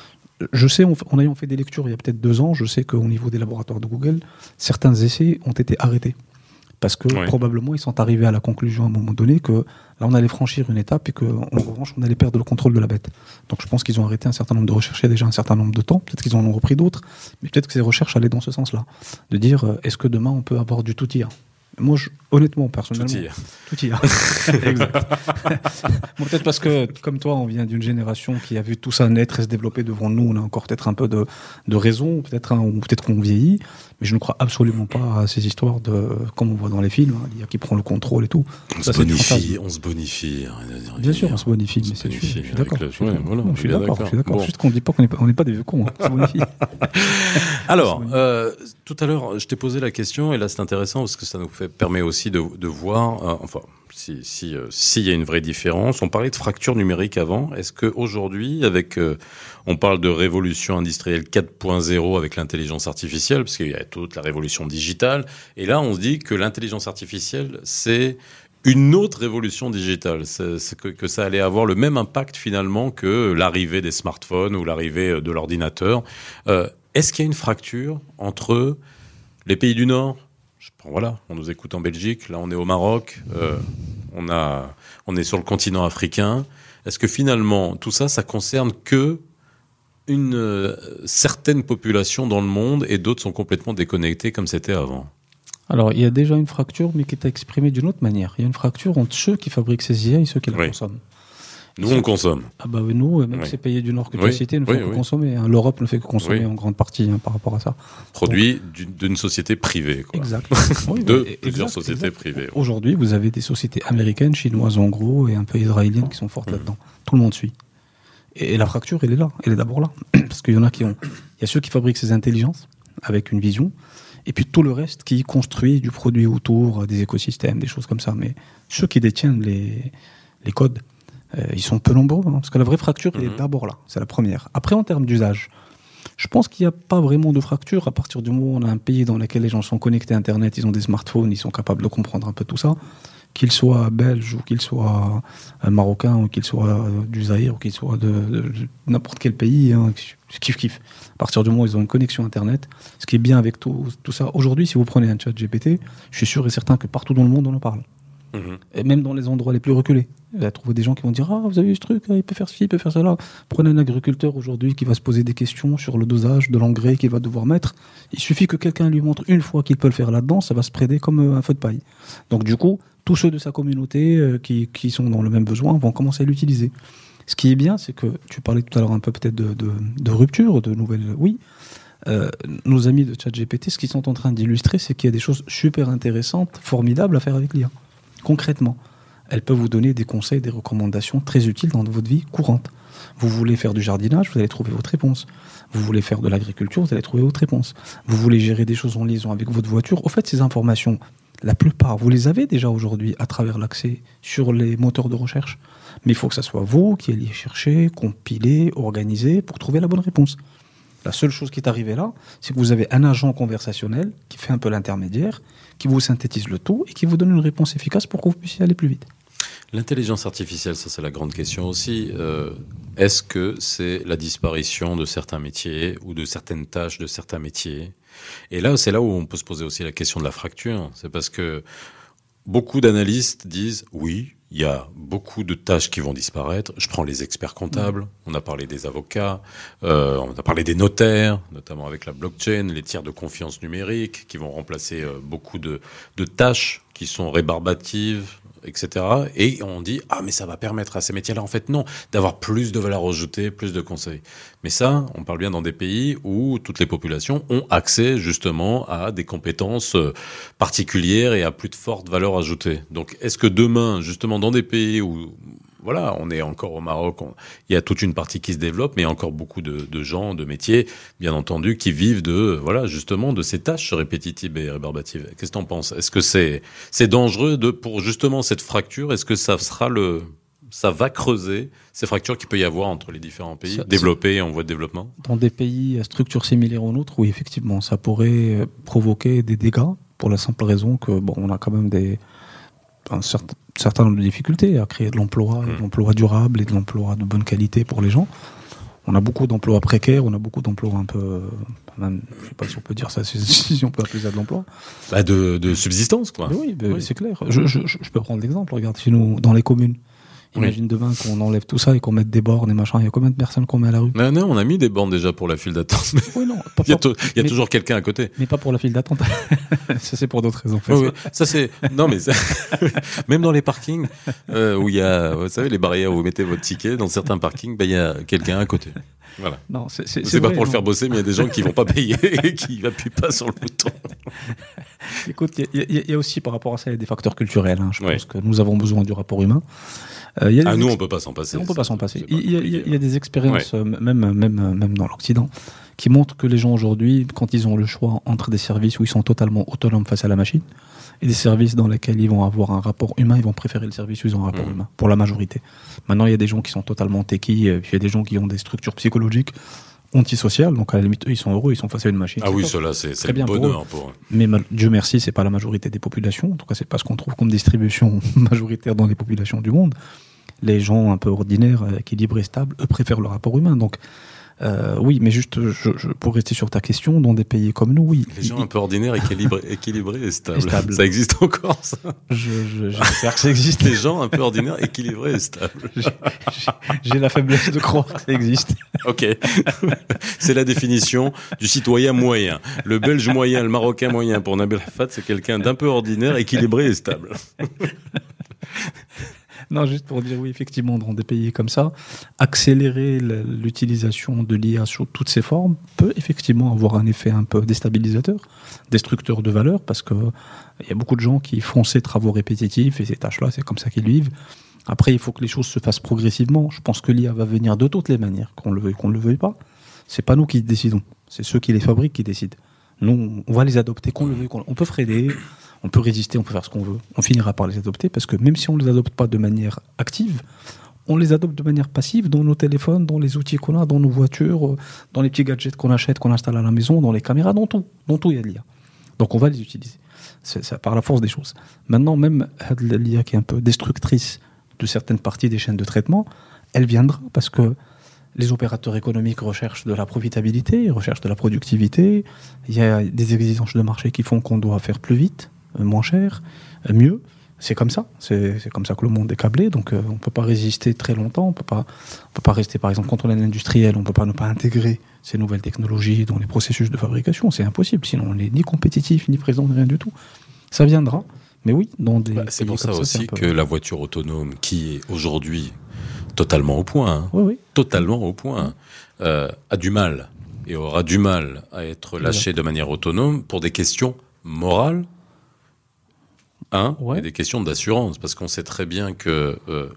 Je sais, en ayant fait des lectures il y a peut-être 2 ans, je sais qu'au niveau des laboratoires de Google, certains essais ont été arrêtés. Parce que probablement, ils sont arrivés à la conclusion à un moment donné que là, on allait franchir une étape et qu'en revanche, on allait perdre le contrôle de la bête. Donc je pense qu'ils ont arrêté un certain nombre de recherches il y a déjà un certain nombre de temps. Peut-être qu'ils en ont repris d'autres, mais peut-être que ces recherches allaient dans ce sens-là. De dire, est-ce que demain, on peut avoir du tout IA ? Moi, honnêtement, personnellement... Tout IA. Exact. Bon, peut-être parce que, comme toi, on vient d'une génération qui a vu tout ça naître et se développer devant nous. On a encore peut-être un peu de raison, peut-être qu'on vieillit. Mais je ne crois absolument pas à ces histoires comme on voit dans les films, l'IA qui prend le contrôle et tout. On se bonifie. Bien sûr, on se bonifie, mais c'est sûr. Je suis d'accord. Je suis d'accord. Juste qu'on ne dit pas qu'on n'est pas des vieux cons. On se bonifie. Alors, tout à l'heure, je t'ai posé la question, et là, c'est intéressant parce que ça nous permet aussi de voir, s'il y a une vraie différence. On parlait de fracture numérique avant. Est-ce qu'aujourd'hui, on parle de révolution industrielle 4.0 avec l'intelligence artificielle, parce qu'il y a toute la révolution digitale, et là, on se dit que l'intelligence artificielle, c'est une autre révolution digitale, c'est que ça allait avoir le même impact finalement que l'arrivée des smartphones ou l'arrivée de l'ordinateur. Est-ce qu'il y a une fracture entre les pays du Nord? On nous écoute en Belgique, là on est au Maroc, on est sur le continent africain. Est-ce que finalement tout ça concerne que une certaine population dans le monde et d'autres sont complètement déconnectés comme c'était avant? Alors, il y a déjà une fracture, mais qui est exprimée d'une autre manière. Il y a une fracture entre ceux qui fabriquent ces IA et ceux qui la consomment. Nous, on consomme. Ah bah oui, nous, même ces pays du Nord que tu as cités ne font que consommer. Hein. L'Europe ne fait que consommer en grande partie par rapport à ça. Produit d'une société privée. Quoi. Exact. Plusieurs sociétés privées. Aujourd'hui, vous avez des sociétés américaines, chinoises en gros, et un peu israéliennes qui sont fortes là-dedans. Tout le monde suit. Et la fracture, elle est là. Elle est d'abord là. Parce qu'il y en a qui ont... Il y a ceux qui fabriquent ces intelligences avec une vision, et puis tout le reste qui construit du produit autour, des écosystèmes, des choses comme ça. Mais ceux qui détiennent les codes, ils sont peu nombreux, parce que la vraie fracture, elle est d'abord là, c'est la première. Après, en termes d'usage, je pense qu'il n'y a pas vraiment de fracture à partir du moment où on a un pays dans lequel les gens sont connectés à Internet, ils ont des smartphones, ils sont capables de comprendre un peu tout ça, qu'ils soient belges ou qu'ils soient marocains ou qu'ils soient du Zaïre ou qu'ils soient de n'importe quel pays, hein, kiff. À partir du moment où ils ont une connexion Internet, ce qui est bien avec tout ça, aujourd'hui, si vous prenez un chat GPT, je suis sûr et certain que partout dans le monde, on en parle. Et même dans les endroits les plus reculés. Vous allez trouver des gens qui vont dire « Ah, vous avez vu ce truc, il peut faire ceci, il peut faire cela ». Prenez un agriculteur aujourd'hui qui va se poser des questions sur le dosage de l'engrais qu'il va devoir mettre. Il suffit que quelqu'un lui montre une fois qu'il peut le faire là-dedans, ça va se spreader comme un feu de paille. Donc du coup, tous ceux de sa communauté qui sont dans le même besoin vont commencer à l'utiliser. Ce qui est bien, c'est que tu parlais tout à l'heure un peu peut-être de rupture, de nouvelles... Oui, nos amis de ChatGPT, ce qu'ils sont en train d'illustrer, c'est qu'il y a des choses super intéressantes, formidables à faire avec l'IA. Concrètement, elle peut vous donner des conseils, des recommandations très utiles dans votre vie courante. Vous voulez faire du jardinage, vous allez trouver votre réponse. Vous voulez faire de l'agriculture, vous allez trouver votre réponse. Vous voulez gérer des choses en liaison avec votre voiture. Au fait, ces informations, la plupart, vous les avez déjà aujourd'hui à travers l'accès sur les moteurs de recherche. Mais il faut que ce soit vous qui alliez chercher, compiler, organiser pour trouver la bonne réponse. La seule chose qui est arrivée là, c'est que vous avez un agent conversationnel qui fait un peu l'intermédiaire, qui vous synthétise le tout et qui vous donne une réponse efficace pour que vous puissiez aller plus vite. L'intelligence artificielle, ça c'est la grande question aussi. Est-ce que c'est la disparition de certains métiers ou de certaines tâches de certains métiers ? Et là, c'est là où on peut se poser aussi la question de la fracture. C'est parce que beaucoup d'analystes disent oui, il y a beaucoup de tâches qui vont disparaître. Je prends les experts comptables, on a parlé des avocats, on a parlé des notaires, notamment avec la blockchain, les tiers de confiance numérique qui vont remplacer beaucoup de tâches qui sont rébarbatives, etc. Et on dit « Ah, mais ça va permettre à ces métiers-là, en fait, non, d'avoir plus de valeur ajoutée, plus de conseils. » Mais ça, on parle bien dans des pays où toutes les populations ont accès, justement, à des compétences particulières et à plus de forte valeur ajoutée. Donc, est-ce que demain, justement, dans des pays où... Voilà, on est encore au Maroc, il y a toute une partie qui se développe, mais il y a encore beaucoup de gens, de métiers, bien entendu, qui vivent justement, de ces tâches répétitives et rébarbatives. Qu'est-ce que t'en penses ? Est-ce que c'est dangereux pour justement cette fracture ? Est-ce que ça va creuser ces fractures qu'il peut y avoir entre les différents pays développés et en voie de développement ? Dans des pays à structure similaire aux nôtres, oui, effectivement, ça pourrait provoquer des dégâts pour la simple raison que, on a quand même un certain nombre de difficultés à créer de l'emploi durable et de l'emploi de bonne qualité pour les gens. On a beaucoup d'emplois précaires, on a beaucoup d'emplois un peu, même, je sais pas si on peut dire ça, si on peut appeler ça de l'emploi. De subsistance, quoi. Oui, c'est clair. Je peux prendre l'exemple. Regarde, chez nous, dans les communes, imagine demain qu'on enlève tout ça et qu'on mette des bornes et machin. Il y a combien de personnes qu'on met à la rue ? Non, on a mis des bornes déjà pour la file d'attente. Oui, non. Il y a toujours quelqu'un à côté. Mais pas pour la file d'attente. Ça, c'est pour d'autres raisons. Oui. Ça, c'est... Non, mais même dans les parkings, où il y a, vous savez, les barrières où vous mettez votre ticket, dans certains parkings, il y a quelqu'un à côté. Voilà. Non, c'est pas vrai, pour le faire bosser, mais il y a des gens qui vont pas payer et qui n'appuient pas sur le bouton. Écoute, il y a aussi, par rapport à ça, il y a des facteurs culturels. Je pense que nous avons besoin du rapport humain. Nous, on peut pas s'en passer. On peut pas s'en passer. Il y a des expériences, même dans l'Occident, qui montrent que les gens aujourd'hui, quand ils ont le choix entre des services où ils sont totalement autonomes face à la machine et des services dans lesquels ils vont avoir un rapport humain, ils vont préférer le service où ils ont un rapport humain, pour la majorité. Maintenant, il y a des gens qui sont totalement techie, il y a des gens qui ont des structures psychologiques antisociales, donc à la limite, eux, ils sont heureux, ils sont face à une machine. Ah oui, cela, c'est très bien le bonheur pour eux. Mais Dieu merci, c'est pas la majorité des populations. En tout cas, c'est pas ce qu'on trouve comme distribution majoritaire dans les populations du monde. Les gens un peu ordinaires, équilibrés, stables, eux préfèrent le rapport humain. Donc, Oui, mais juste pour rester sur ta question, dans des pays comme nous, oui. Les gens un peu ordinaires, équilibrés et stables. Ça existe encore, ça? J'espère que ça existe. Les gens un peu ordinaires, équilibrés et stables. J'ai la faiblesse de croire que ça existe. Ok. C'est la définition du citoyen moyen. Le Belge moyen, le Marocain moyen, pour Nabil Hafad, c'est quelqu'un d'un peu ordinaire, équilibré et stable. Non, juste pour dire oui, effectivement, dans des pays comme ça, accélérer l'utilisation de l'IA sous toutes ses formes peut effectivement avoir un effet un peu déstabilisateur, destructeur de valeur, parce que il y a beaucoup de gens qui font ces travaux répétitifs et ces tâches-là, c'est comme ça qu'ils vivent. Après, il faut que les choses se fassent progressivement. Je pense que l'IA va venir de toutes les manières, qu'on le veuille, qu'on ne le veuille pas. C'est pas nous qui décidons, c'est ceux qui les fabriquent qui décident. Nous, on va les adopter, qu'on le veuille, on peut freiner, on peut résister, on peut faire ce qu'on veut. On finira par les adopter parce que même si on ne les adopte pas de manière active, on les adopte de manière passive dans nos téléphones, dans les outils qu'on a, dans nos voitures, dans les petits gadgets qu'on achète, qu'on installe à la maison, dans les caméras, dans tout il y a de l'IA. Donc on va les utiliser. C'est ça, par la force des choses. Maintenant, même l'IA qui est un peu destructrice de certaines parties des chaînes de traitement, elle viendra parce que les opérateurs économiques recherchent de la profitabilité, recherchent de la productivité. Il y a des exigences de marché qui font qu'on doit faire plus vite, moins cher, mieux. C'est comme ça. C'est comme ça que le monde est câblé. Donc, on ne peut pas résister très longtemps. On peut pas rester, par exemple, quand on est industriel, on ne peut pas ne pas intégrer ces nouvelles technologies dans les processus de fabrication. C'est impossible. Sinon, on n'est ni compétitif, ni présent, ni rien du tout. Ça viendra. Mais oui, dans des. C'est pour ça aussi que la voiture autonome, qui est aujourd'hui totalement au point, hein, oui. Totalement au point, a du mal et aura du mal à être lâchée de manière autonome pour des questions morales, et des questions d'assurance, parce qu'on sait très bien que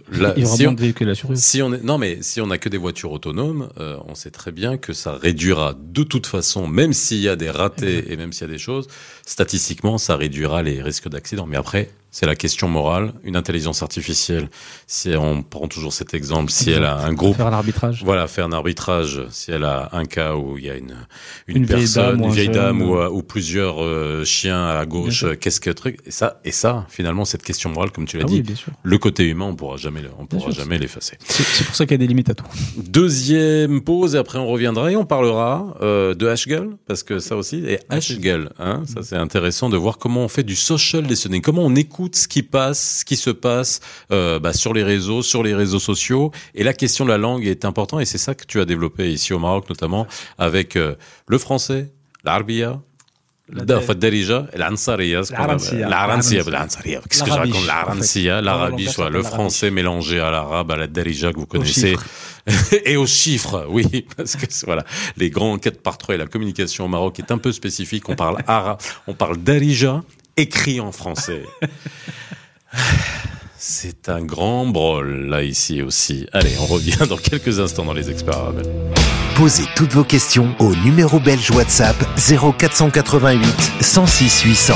si on n'a que des voitures autonomes, on sait très bien que ça réduira de toute façon, même s'il y a des ratés et même s'il y a des choses, statistiquement, ça réduira les risques d'accident. Mais après, c'est la question morale. Une intelligence artificielle, si on prend toujours cet exemple, si elle a un groupe... Faire un arbitrage. Voilà, faire un arbitrage. Si elle a un cas où il y a une personne, une vieille dame ou plusieurs chiens à gauche, qu'est-ce que truc... Et ça, finalement, cette question morale, comme tu l'as dit, le côté humain, on pourra jamais l'effacer. C'est pour ça qu'il y a des limites à tout. Deuxième pause, et après on reviendra et on parlera de Hashgal, parce que ça aussi, et Hashgal, ça c'est intéressant de voir comment on fait du social listening, comment on écoute ce qui se passe sur les réseaux sociaux. Et la question de la langue est importante, et c'est ça que tu as développé ici au Maroc, notamment avec le français, l'arabiya, الدارجة العنصرية qu'est-ce que je raconte l'arancia, l'Arabie, soit le français mélangé à l'arabe, à la darija que vous connaissez et aux chiffres, oui, parce que voilà, les grands 4x3 et la communication au Maroc est un peu spécifique. On parle arabe, on parle darija écrit en français. C'est un grand brol là ici aussi. Allez, on revient dans quelques instants dans les experts arabes. Posez toutes vos questions au numéro belge WhatsApp 0488 106 800.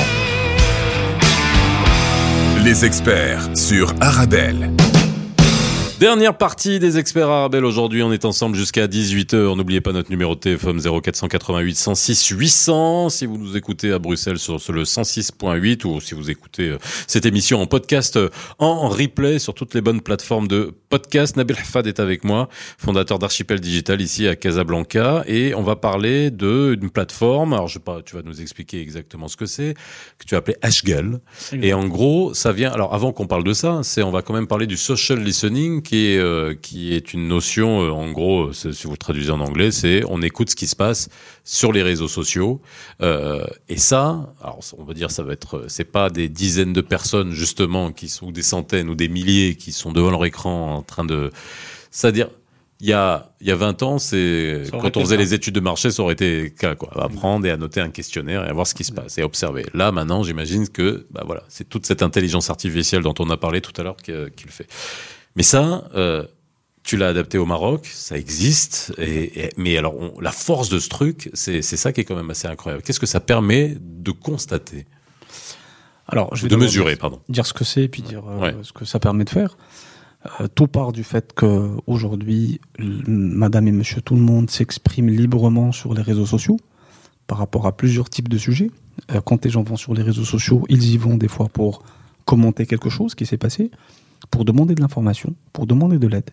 Les experts sur Arabelle. Dernière partie des experts Arabelle. Aujourd'hui, on est ensemble jusqu'à 18h. N'oubliez pas notre numéro de téléphone 0488 106 800. Si vous nous écoutez à Bruxelles sur le 106.8 ou si vous écoutez cette émission en podcast, en replay sur toutes les bonnes plateformes de podcast. Nabil Hafad est avec moi, fondateur d'Archipel Digital ici à Casablanca, et on va parler d'une plateforme. Alors, tu vas nous expliquer exactement ce que c'est, que tu as appelé Hashgal. Et en gros, ça vient. Alors, avant qu'on parle de ça, on va quand même parler du social listening, qui est une notion, en gros, si vous le traduisez en anglais, c'est on écoute ce qui se passe sur les réseaux sociaux. Et ça, alors on va dire, c'est pas des dizaines de personnes justement ou des centaines ou des milliers qui sont devant leur écran en train de, c'est-à-dire. Il y a 20 ans, quand on faisait les études de marché, ça aurait été à prendre et à noter un questionnaire et à voir ce qui se passe et à observer. Là, maintenant, j'imagine que, c'est toute cette intelligence artificielle dont on a parlé tout à l'heure qui le fait. Mais ça, tu l'as adapté au Maroc, ça existe. Mais alors, la force de ce truc, c'est ça qui est quand même assez incroyable. Qu'est-ce que ça permet de constater ? Alors, je vais dire ce que c'est et puis dire ce que ça permet de faire. Tout part du fait qu'aujourd'hui, madame et monsieur tout le monde s'expriment librement sur les réseaux sociaux par rapport à plusieurs types de sujets. Quand les gens vont sur les réseaux sociaux, ils y vont des fois pour commenter quelque chose qui s'est passé, pour demander de l'information, pour demander de l'aide,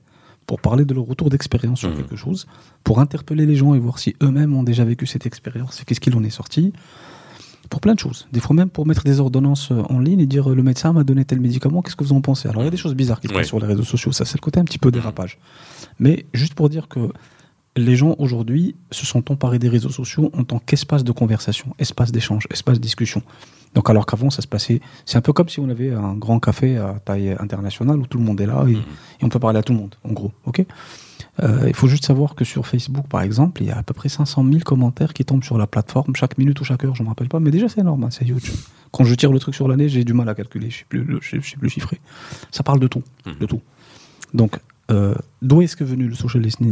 pour parler de leur retour d'expérience sur quelque chose, pour interpeller les gens et voir si eux-mêmes ont déjà vécu cette expérience et qu'est-ce qu'il en est sorti, pour plein de choses. Des fois même pour mettre des ordonnances en ligne et dire le médecin m'a donné tel médicament, qu'est-ce que vous en pensez? Alors il y a des choses bizarres qui se passent sur les réseaux sociaux, ça c'est le côté un petit peu dérapage. Mais juste pour dire que les gens aujourd'hui se sont emparés des réseaux sociaux en tant qu'espace de conversation, espace d'échange, espace de discussion. Donc alors qu'avant ça se passait, c'est un peu comme si on avait un grand café à taille internationale où tout le monde est là et on peut parler à tout le monde, en gros. Ok. Il faut juste savoir que sur Facebook par exemple, il y a à peu près 500 000 commentaires qui tombent sur la plateforme chaque minute ou chaque heure, je ne me rappelle pas, mais déjà c'est énorme, hein, c'est huge. Quand je tire le truc sur l'année, j'ai du mal à calculer, je ne sais plus chiffrer. Ça parle de tout, de tout. Donc d'où est-ce que venu le social listening?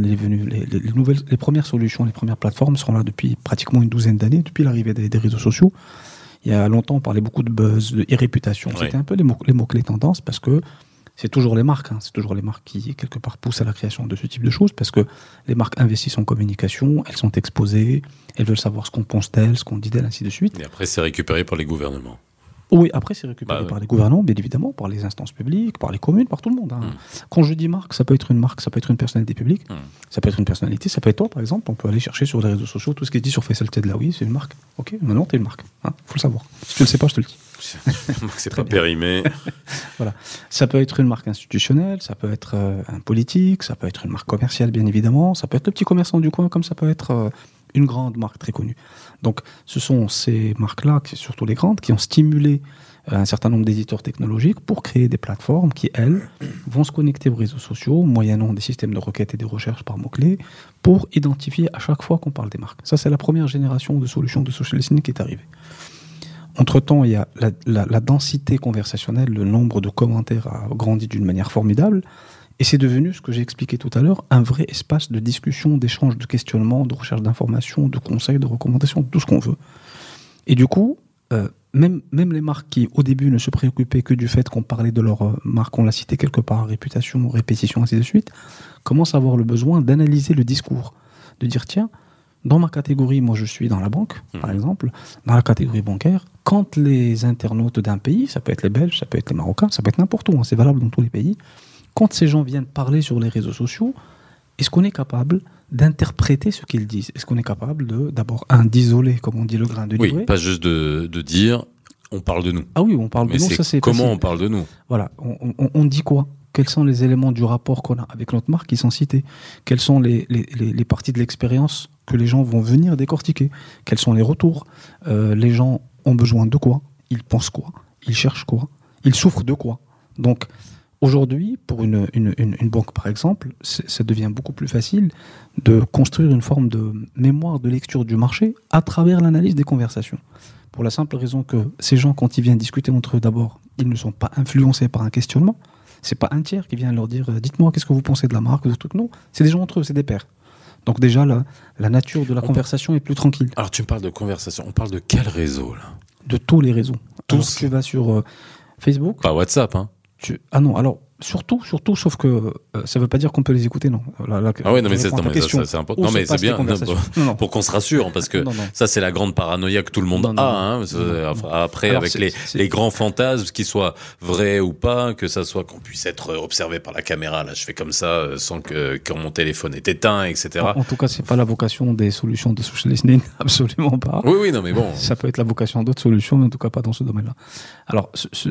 Les premières solutions, les premières plateformes sont là depuis pratiquement une douzaine d'années, depuis l'arrivée des réseaux sociaux. Il y a longtemps, on parlait beaucoup de buzz et réputation. Ouais. C'était un peu les mots-clés tendances parce que c'est toujours les marques. C'est toujours les marques qui, quelque part, poussent à la création de ce type de choses parce que les marques investissent en communication, elles sont exposées, elles veulent savoir ce qu'on pense d'elles, ce qu'on dit d'elles, ainsi de suite. Et après, c'est récupéré par les gouvernements. Oui, après, c'est récupéré par les gouvernements, bien évidemment, par les instances publiques, par les communes, par tout le monde. Quand je dis marque, ça peut être une marque, ça peut être une personnalité publique, ça peut être une personnalité, ça peut être toi, par exemple. On peut aller chercher sur les réseaux sociaux tout ce qui est dit sur Facebook de là, oui, c'est une marque. Ok, maintenant, t'es une marque. Faut le savoir. Si tu le sais pas, je te le dis. C'est pas périmé. Voilà. Ça peut être une marque institutionnelle, ça peut être un politique, ça peut être une marque commerciale, bien évidemment, ça peut être le petit commerçant du coin, comme ça peut être une grande marque très connue. Donc, ce sont ces marques-là, surtout les grandes, qui ont stimulé un certain nombre d'éditeurs technologiques pour créer des plateformes qui, elles, vont se connecter aux réseaux sociaux, moyennant des systèmes de requête et de recherche par mots-clés, pour identifier à chaque fois qu'on parle des marques. Ça, c'est la première génération de solutions de social listening qui est arrivée. Entre-temps, il y a la densité conversationnelle, le nombre de commentaires a grandi d'une manière formidable, et c'est devenu, ce que j'ai expliqué tout à l'heure, un vrai espace de discussion, d'échange, de questionnement, de recherche d'informations, de conseils, de recommandations, tout ce qu'on veut. Et du coup, même les marques qui, au début, ne se préoccupaient que du fait qu'on parlait de leur marque, on l'a cité quelque part, réputation, répétition, ainsi de suite, commencent à avoir le besoin d'analyser le discours, de dire, tiens, dans ma catégorie, moi je suis dans la banque, par exemple, dans la catégorie bancaire, quand les internautes d'un pays, ça peut être les Belges, ça peut être les Marocains, ça peut être n'importe où, c'est valable dans tous les pays, quand ces gens viennent parler sur les réseaux sociaux, est-ce qu'on est capable d'interpréter ce qu'ils disent? Est-ce qu'on est capable d'isoler, comme on dit, le grain de livret? Oui, pas juste de dire on parle de nous. Ah oui, on parle de nous, ça c'est comment facile. On parle de nous? Voilà, on dit quoi? Quels sont les éléments du rapport qu'on a avec notre marque qui sont cités? Quelles sont les parties de l'expérience que les gens vont venir décortiquer? Quels sont les retours? Les gens ont besoin de quoi? Ils pensent quoi? Ils cherchent quoi? Ils souffrent de quoi? Donc, aujourd'hui, pour une banque, par exemple, ça devient beaucoup plus facile de construire une forme de mémoire de lecture du marché à travers l'analyse des conversations. Pour la simple raison que ces gens, quand ils viennent discuter entre eux, d'abord, ils ne sont pas influencés par un questionnement. C'est pas un tiers qui vient leur dire « Dites-moi, qu'est-ce que vous pensez de la marque ?» ou de trucs. Non, c'est des gens entre eux, c'est des pairs. Donc déjà, la nature de la conversation est plus tranquille. Alors, tu me parles de conversation. On parle de quel réseau, là? De tous les réseaux. Tous. Alors, tu vas sur Facebook. Pas WhatsApp, hein? Ah non, alors surtout, sauf que ça veut pas dire qu'on peut les écouter, non. Ah ouais, non mais c'est important. Non mais c'est bien pour qu'on se rassure, parce que ça c'est la grande paranoïa que tout le monde a. Après, alors, avec les grands fantasmes, qu'ils soient vrais ou pas, que ça soit qu'on puisse être observé par la caméra. Là, je fais comme ça sans que quand mon téléphone est éteint, etc. En tout cas, c'est pas la vocation des solutions de social listening, absolument pas. Oui, non mais bon. Ça peut être la vocation d'autres solutions, mais en tout cas pas dans ce domaine-là. Alors,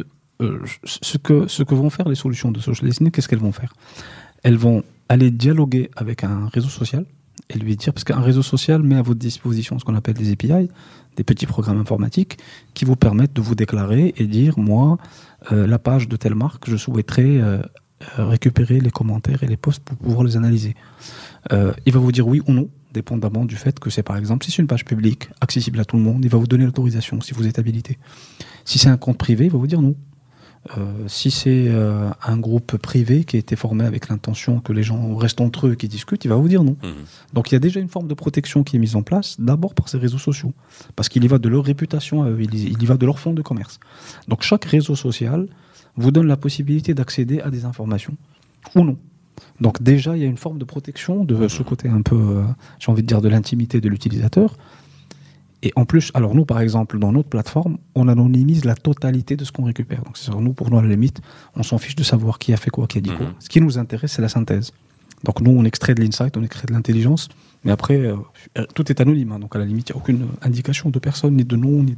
ce que vont faire les solutions de social listening, qu'est-ce qu'elles vont faire? Elles vont aller dialoguer avec un réseau social et lui dire, parce qu'un réseau social met à votre disposition ce qu'on appelle des API, des petits programmes informatiques qui vous permettent de vous déclarer et dire, moi, la page de telle marque, je souhaiterais récupérer les commentaires et les posts pour pouvoir les analyser. Il va vous dire oui ou non, dépendamment du fait que c'est, par exemple, si c'est une page publique, accessible à tout le monde, il va vous donner l'autorisation si vous êtes habilité. Si c'est un compte privé, il va vous dire non. Si c'est un groupe privé qui a été formé avec l'intention que les gens restent entre eux et qui discutent, il va vous dire non. Donc il y a déjà une forme de protection qui est mise en place, d'abord par ces réseaux sociaux, parce qu'il y va de leur réputation à eux, il y va de leur fonds de commerce. Donc chaque réseau social vous donne la possibilité d'accéder à des informations, ou non. Donc déjà, il y a une forme de protection de ce côté un peu, j'ai envie de dire, de l'intimité de l'utilisateur. Et en plus, alors nous, par exemple, dans notre plateforme, on anonymise la totalité de ce qu'on récupère. Donc, pour nous, à la limite, on s'en fiche de savoir qui a fait quoi, qui a dit quoi. Ce qui nous intéresse, c'est la synthèse. Donc nous, on extrait de l'insight, on extrait de l'intelligence, mais après, tout est anonyme. Hein, donc à la limite, il n'y a aucune indication de personne, ni de nom, ni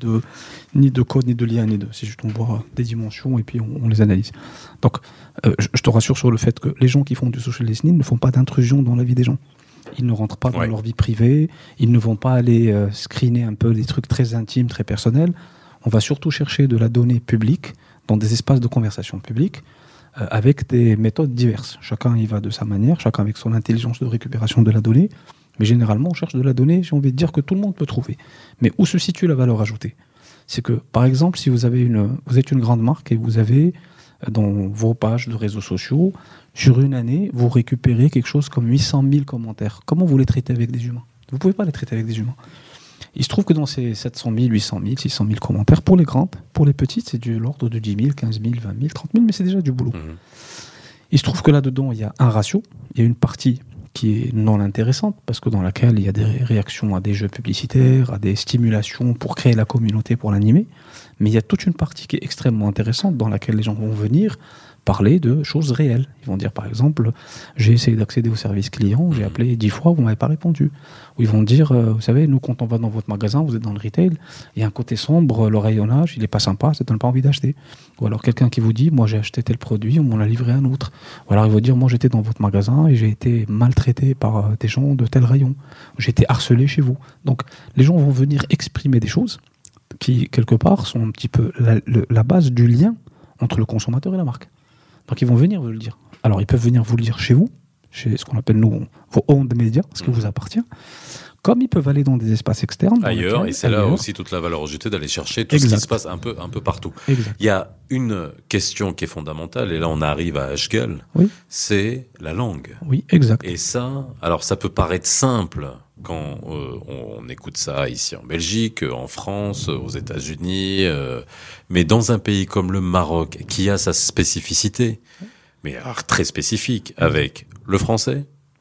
de code, ni de lien, ni de... C'est juste on voit des dimensions et puis on les analyse. Donc je te rassure sur le fait que les gens qui font du social listening ne font pas d'intrusion dans la vie des gens. Ils ne rentrent pas dans leur vie privée, ils ne vont pas aller screener un peu des trucs très intimes, très personnels. On va surtout chercher de la donnée publique dans des espaces de conversation publique, avec des méthodes diverses. Chacun y va de sa manière, chacun avec son intelligence de récupération de la donnée, mais généralement on cherche de la donnée, j'ai envie de dire, que tout le monde peut trouver. Mais où se situe la valeur ajoutée ? C'est que, par exemple, si vous êtes une grande marque et vous avez dans vos pages de réseaux sociaux, sur une année, vous récupérez quelque chose comme 800 000 commentaires. Comment vous les traitez avec des humains ? Vous ne pouvez pas les traiter avec des humains. Il se trouve que dans ces 700 000, 800 000, 600 000 commentaires, pour les grandes, pour les petites, c'est de l'ordre de 10 000, 15 000, 20 000, 30 000, mais c'est déjà du boulot. Il se trouve que là-dedans, il y a un ratio, il y a une partie qui est non intéressante, parce que dans laquelle il y a des réactions à des jeux publicitaires, à des stimulations pour créer la communauté, pour l'animer, mais il y a toute une partie qui est extrêmement intéressante, dans laquelle les gens vont venir parler de choses réelles. Ils vont dire, par exemple, j'ai essayé d'accéder au service client, j'ai appelé 10 fois, vous ne m'avez pas répondu. Ou ils vont dire, vous savez, nous, quand on va dans votre magasin, vous êtes dans le retail, il y a un côté sombre, le rayonnage, il n'est pas sympa, ça ne donne pas envie d'acheter. Ou alors quelqu'un qui vous dit, moi j'ai acheté tel produit, on m'en a livré un autre. Ou alors il va dire, moi j'étais dans votre magasin et j'ai été maltraité par des gens de tel rayon. J'ai été harcelé chez vous. Donc les gens vont venir exprimer des choses qui, quelque part, sont un petit peu la base du lien entre le consommateur et la marque. Donc ils vont venir vous le dire. Alors ils peuvent venir vous le dire chez vous, chez ce qu'on appelle nous vos owned médias, ce qui vous appartient, comme ils peuvent aller dans des espaces externes. Ailleurs, et c'est là aussi toute la valeur ajoutée d'aller chercher tout ce qui se passe un peu partout. Exact. Il y a une question qui est fondamentale, et là on arrive à Ashgal, c'est la langue. Oui, exact. Et ça, alors ça peut paraître simple quand on écoute ça ici en Belgique, en France, aux États-Unis, mais dans un pays comme le Maroc, qui a sa spécificité, mais très spécifique, avec le français,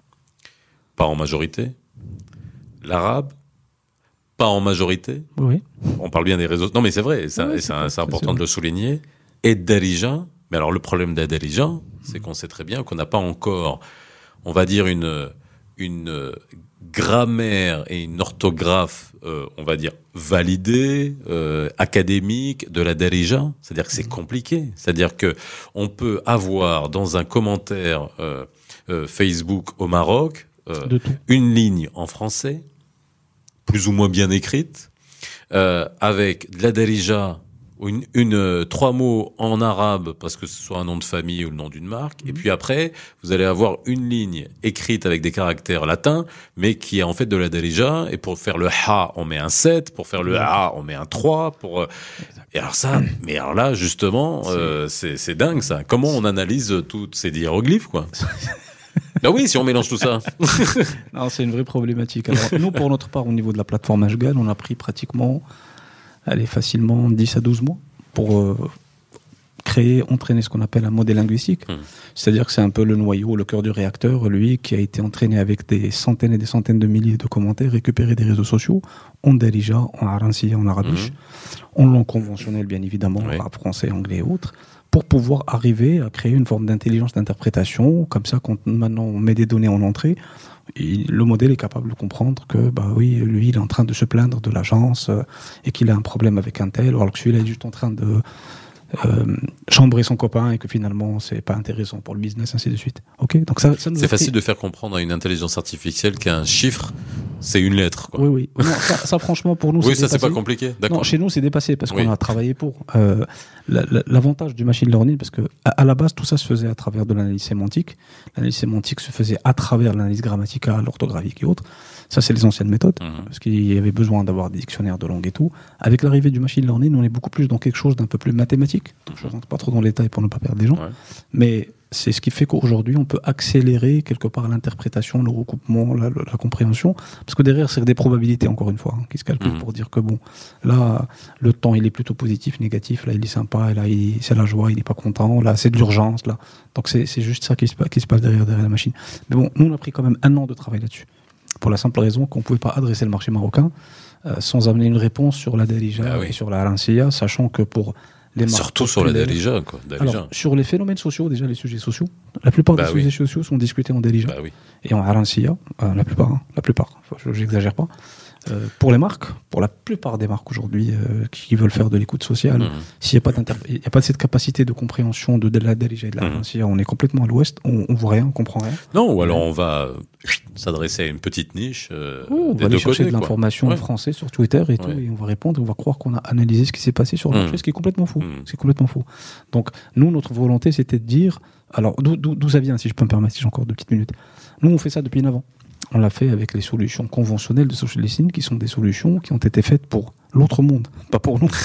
pas en majorité, l'arabe, pas en majorité. Oui. On parle bien des réseaux. Non, mais c'est vrai, c'est important de le souligner. Et Darija. Mais alors, le problème d'Darija, c'est qu'on sait très bien qu'on n'a pas encore, on va dire, une grammaire et une orthographe, on va dire, validée, académique de la Darija. C'est-à-dire que c'est compliqué. C'est-à-dire que on peut avoir dans un commentaire Facebook au Maroc une ligne en français, plus ou moins bien écrite, avec de la Darija, trois mots en arabe, parce que ce soit un nom de famille ou le nom d'une marque, et puis après, vous allez avoir une ligne écrite avec des caractères latins, mais qui est en fait de la Darija, et pour faire le ha, on met un 7, pour faire le ha, on met un 3, et alors ça, mais alors là, justement, c'est dingue ça. Comment on analyse tous ces hiéroglyphes, quoi? Ben oui, si on mélange tout ça. Non, c'est une vraie problématique. Alors, nous, pour notre part, au niveau de la plateforme Ashgal, on a pris pratiquement, facilement 10 à 12 mois pour entraîner ce qu'on appelle un modèle linguistique. C'est-à-dire que c'est un peu le noyau, le cœur du réacteur, lui, qui a été entraîné avec des centaines et des centaines de milliers de commentaires récupérés des réseaux sociaux, en Darija, en Aransiya, en arabiche, en langue conventionnelle, bien évidemment, arabe, français, anglais et autres, pour pouvoir arriver à créer une forme d'intelligence d'interprétation. Comme ça, quand maintenant on met des données en entrée, le modèle est capable de comprendre que, bah oui, lui, il est en train de se plaindre de l'agence et qu'il a un problème avec un tel, alors que celui-là est juste en train de chambrer son copain et que finalement c'est pas intéressant pour le business, ainsi de suite. Ok, donc ça nous c'est facile de faire comprendre à une intelligence artificielle qu'un chiffre c'est une lettre, quoi. Oui. Non, ça franchement pour nous oui, ça c'est pas compliqué. D'accord. Non, chez nous c'est dépassé parce qu'on a travaillé pour. L'avantage du machine learning, parce que à la base tout ça se faisait à travers de l'analyse sémantique. L'analyse sémantique se faisait à travers l'analyse grammaticale, l'orthographique et autres. Ça, c'est les anciennes méthodes, parce qu'il y avait besoin d'avoir des dictionnaires de langue et tout. Avec l'arrivée du machine learning, on est beaucoup plus dans quelque chose d'un peu plus mathématique. Donc, je ne rentre pas trop dans les détails pour ne pas perdre des gens. Mais c'est ce qui fait qu'aujourd'hui, on peut accélérer quelque part l'interprétation, le recoupement, la compréhension. Parce que derrière, c'est des probabilités, encore une fois, qui se calculent pour dire que bon, là, le temps, il est plutôt positif, négatif. Là, il est sympa. Là, c'est la joie, il n'est pas content. Là, c'est de l'urgence. Là. Donc, c'est juste ça qui se passe derrière la machine. Mais bon, nous, on a pris quand même 1 an de travail là-dessus. Pour la simple raison qu'on ne pouvait pas adresser le marché marocain sans amener une réponse sur la Darija et sur la Aransiya, sachant que pour les marques surtout sur la populaires. Dalija, quoi. Alors, sur les phénomènes sociaux, déjà les sujets sociaux, la plupart des sujets sociaux sont discutés en Dalija et en Arancia, la plupart, j'exagère pas. Pour les marques, pour la plupart des marques aujourd'hui qui veulent faire de l'écoute sociale, s'il n'y a pas cette capacité de compréhension de la Dalija et de la Arancia, on est complètement à l'ouest, on voit rien, on comprend rien. Non, ou alors on va s'adresser à une petite niche. On va aller chercher de l'information en français sur Twitter et tout, et on va répondre, on va croire qu'on a analysé ce qui s'est passé sur le marché, ce qui est complètement faux. C'est complètement faux. Donc, nous, notre volonté, c'était de dire, alors d'où ça vient, si je peux me permettre, si j'ai encore 2 petites minutes. Nous, on fait ça depuis 9 ans. On l'a fait avec les solutions conventionnelles de social listening, qui sont des solutions qui ont été faites pour l'autre monde, pas pour nous.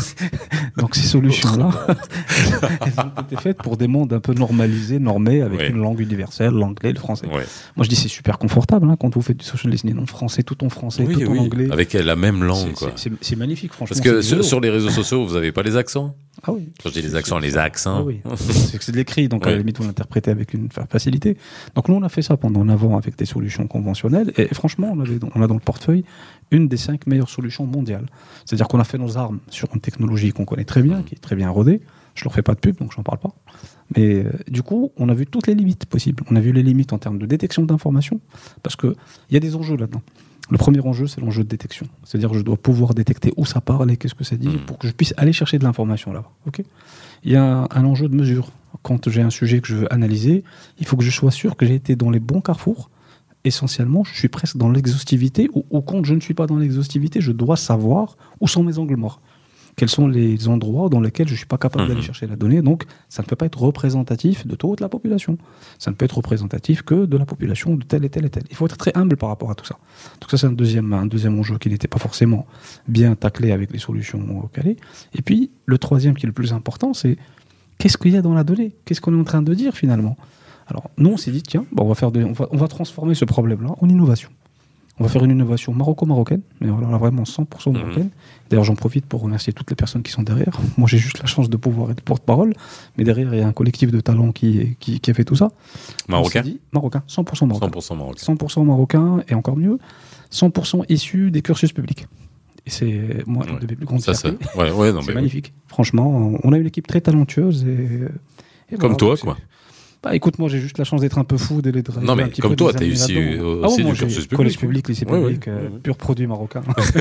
Donc ces solutions-là, elles ont été faites pour des mondes un peu normalisés, normés, avec une langue universelle, l'anglais, le français. Moi je dis c'est super confortable quand vous faites du social listening en français, tout en français, tout en anglais. Avec la même langue. C'est magnifique, franchement. Parce que sur les réseaux sociaux, vous n'avez pas les accents. Ah oui. Quand je dis les accents, les accents. Ah oui. C'est de l'écrit, donc à la limite vous l'interprétez avec une facilité. Donc nous on a fait ça pendant 9 ans avec des solutions conventionnelles, et franchement on a dans le portefeuille une des 5 meilleures solutions mondiales. C'est-à-dire qu'on a fait nos armes sur une technologie qu'on connaît très bien, qui est très bien rodée. Je leur fais pas de pub, donc j'en parle pas. Mais du coup, on a vu toutes les limites possibles. On a vu les limites en termes de détection d'informations, parce qu'il y a des enjeux là-dedans. Le premier enjeu, c'est l'enjeu de détection. C'est-à-dire que je dois pouvoir détecter où ça parle et qu'est-ce que ça dit pour que je puisse aller chercher de l'information là-bas. Okay ? Il y a un enjeu de mesure. Quand j'ai un sujet que je veux analyser, il faut que je sois sûr que j'ai été dans les bons carrefours. Essentiellement, je suis presque dans l'exhaustivité, ou quand je ne suis pas dans l'exhaustivité, je dois savoir où sont mes angles morts. Quels sont les endroits dans lesquels je ne suis pas capable d'aller chercher la donnée. Donc, ça ne peut pas être représentatif de toute la population. Ça ne peut être représentatif que de la population de telle et telle et telle. Il faut être très humble par rapport à tout ça. Donc ça, c'est un deuxième enjeu qui n'était pas forcément bien taclé avec les solutions calées. Et puis, le troisième qui est le plus important, c'est qu'est-ce qu'il y a dans la donnée ? Qu'est-ce qu'on est en train de dire finalement ? Alors, nous, on s'est dit, tiens, on va transformer ce problème-là en innovation. On va faire une innovation maroco-marocaine, mais voilà, vraiment 100% marocaine. D'ailleurs, j'en profite pour remercier toutes les personnes qui sont derrière. Moi, j'ai juste la chance de pouvoir être porte-parole, mais derrière, il y a un collectif de talents qui a fait tout ça. Marocain ? Marocain, 100% marocain. 100% marocain. 100% marocain, et encore mieux, 100% issus des cursus publics. Et c'est, moi, une de mes plus grandes fiertés. C'est magnifique. Franchement, on a une équipe très talentueuse. Et comme toi, quoi. Bah, écoute, moi j'ai juste la chance d'être un peu fou, d'aller driver. Non, mais comme toi, t'as aussi du cursus public. Collège public, lycée public, pur produit marocain.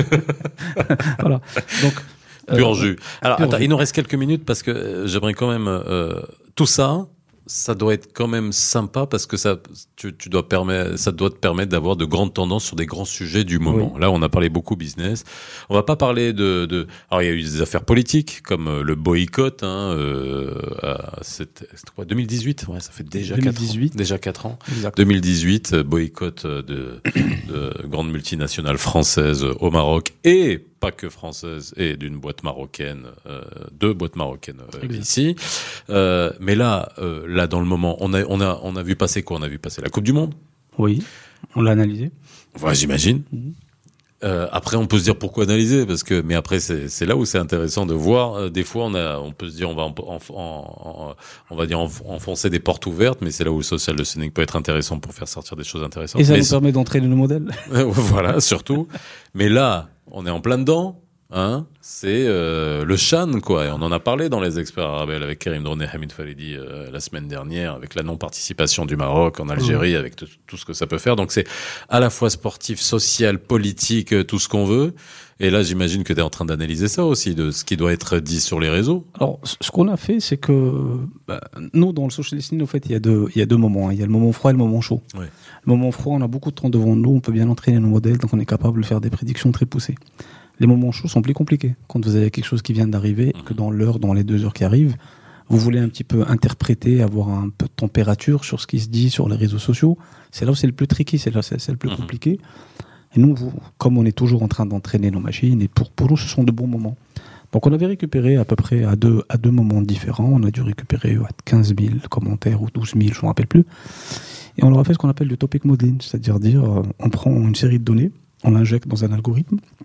Voilà. Donc, pur jus. Alors, attends, il nous reste quelques minutes parce que j'aimerais quand même tout ça. Ça doit être quand même sympa parce que ça doit te permettre d'avoir de grandes tendances sur des grands sujets du moment. Oui. Là, on a parlé beaucoup business. On va pas parler alors il y a eu des affaires politiques comme le boycott. C'était quoi, 2018. Ouais, ça fait déjà 4 ans. Exact. 2018, boycott de grandes multinationales françaises au Maroc et pas que française, et d'une boîte marocaine, 2 boîtes marocaines ici. Mais là, dans le moment, on a vu passer quoi ? On a vu passer la Coupe du Monde. Oui, on l'a analysé. Ouais, j'imagine. Après, on peut se dire pourquoi analyser, mais après, c'est là où c'est intéressant de voir. Des fois, on peut se dire, on va dire enfoncer des portes ouvertes, mais c'est là où le social listening peut être intéressant pour faire sortir des choses intéressantes. Et ça nous permet d'entraîner le modèle. Voilà, surtout. Mais là, on est en plein dedans. C'est le Chan, quoi. Et on en a parlé dans les experts arabes avec Karim Droneh et Hamid Falidi la semaine dernière, avec la non-participation du Maroc en Algérie, avec tout ce que ça peut faire. Donc c'est à la fois sportif, social, politique, tout ce qu'on veut. Et là, j'imagine que tu es en train d'analyser ça aussi, de ce qui doit être dit sur les réseaux. Alors, ce qu'on a fait, c'est que nous, dans le social listening, en fait, il y a deux moments. Il y a le moment froid et le moment chaud. Oui. Le moment froid, on a beaucoup de temps devant nous, on peut bien entraîner nos modèles, donc on est capable de faire des prédictions très poussées. Les moments chauds sont plus compliqués. Quand vous avez quelque chose qui vient d'arriver, que dans les 2 heures qui arrivent, vous voulez un petit peu interpréter, avoir un peu de température sur ce qui se dit sur les réseaux sociaux. C'est là où c'est le plus tricky, c'est le plus compliqué. Et nous, comme on est toujours en train d'entraîner nos machines, et pour nous, ce sont de bons moments. Donc on avait récupéré à peu près à deux moments différents. On a dû récupérer 15 000 commentaires ou 12 000, je ne me rappelle plus. Et on leur a fait ce qu'on appelle du topic modeling, c'est-à-dire on prend une série de données, on l'injecte dans un algorithme,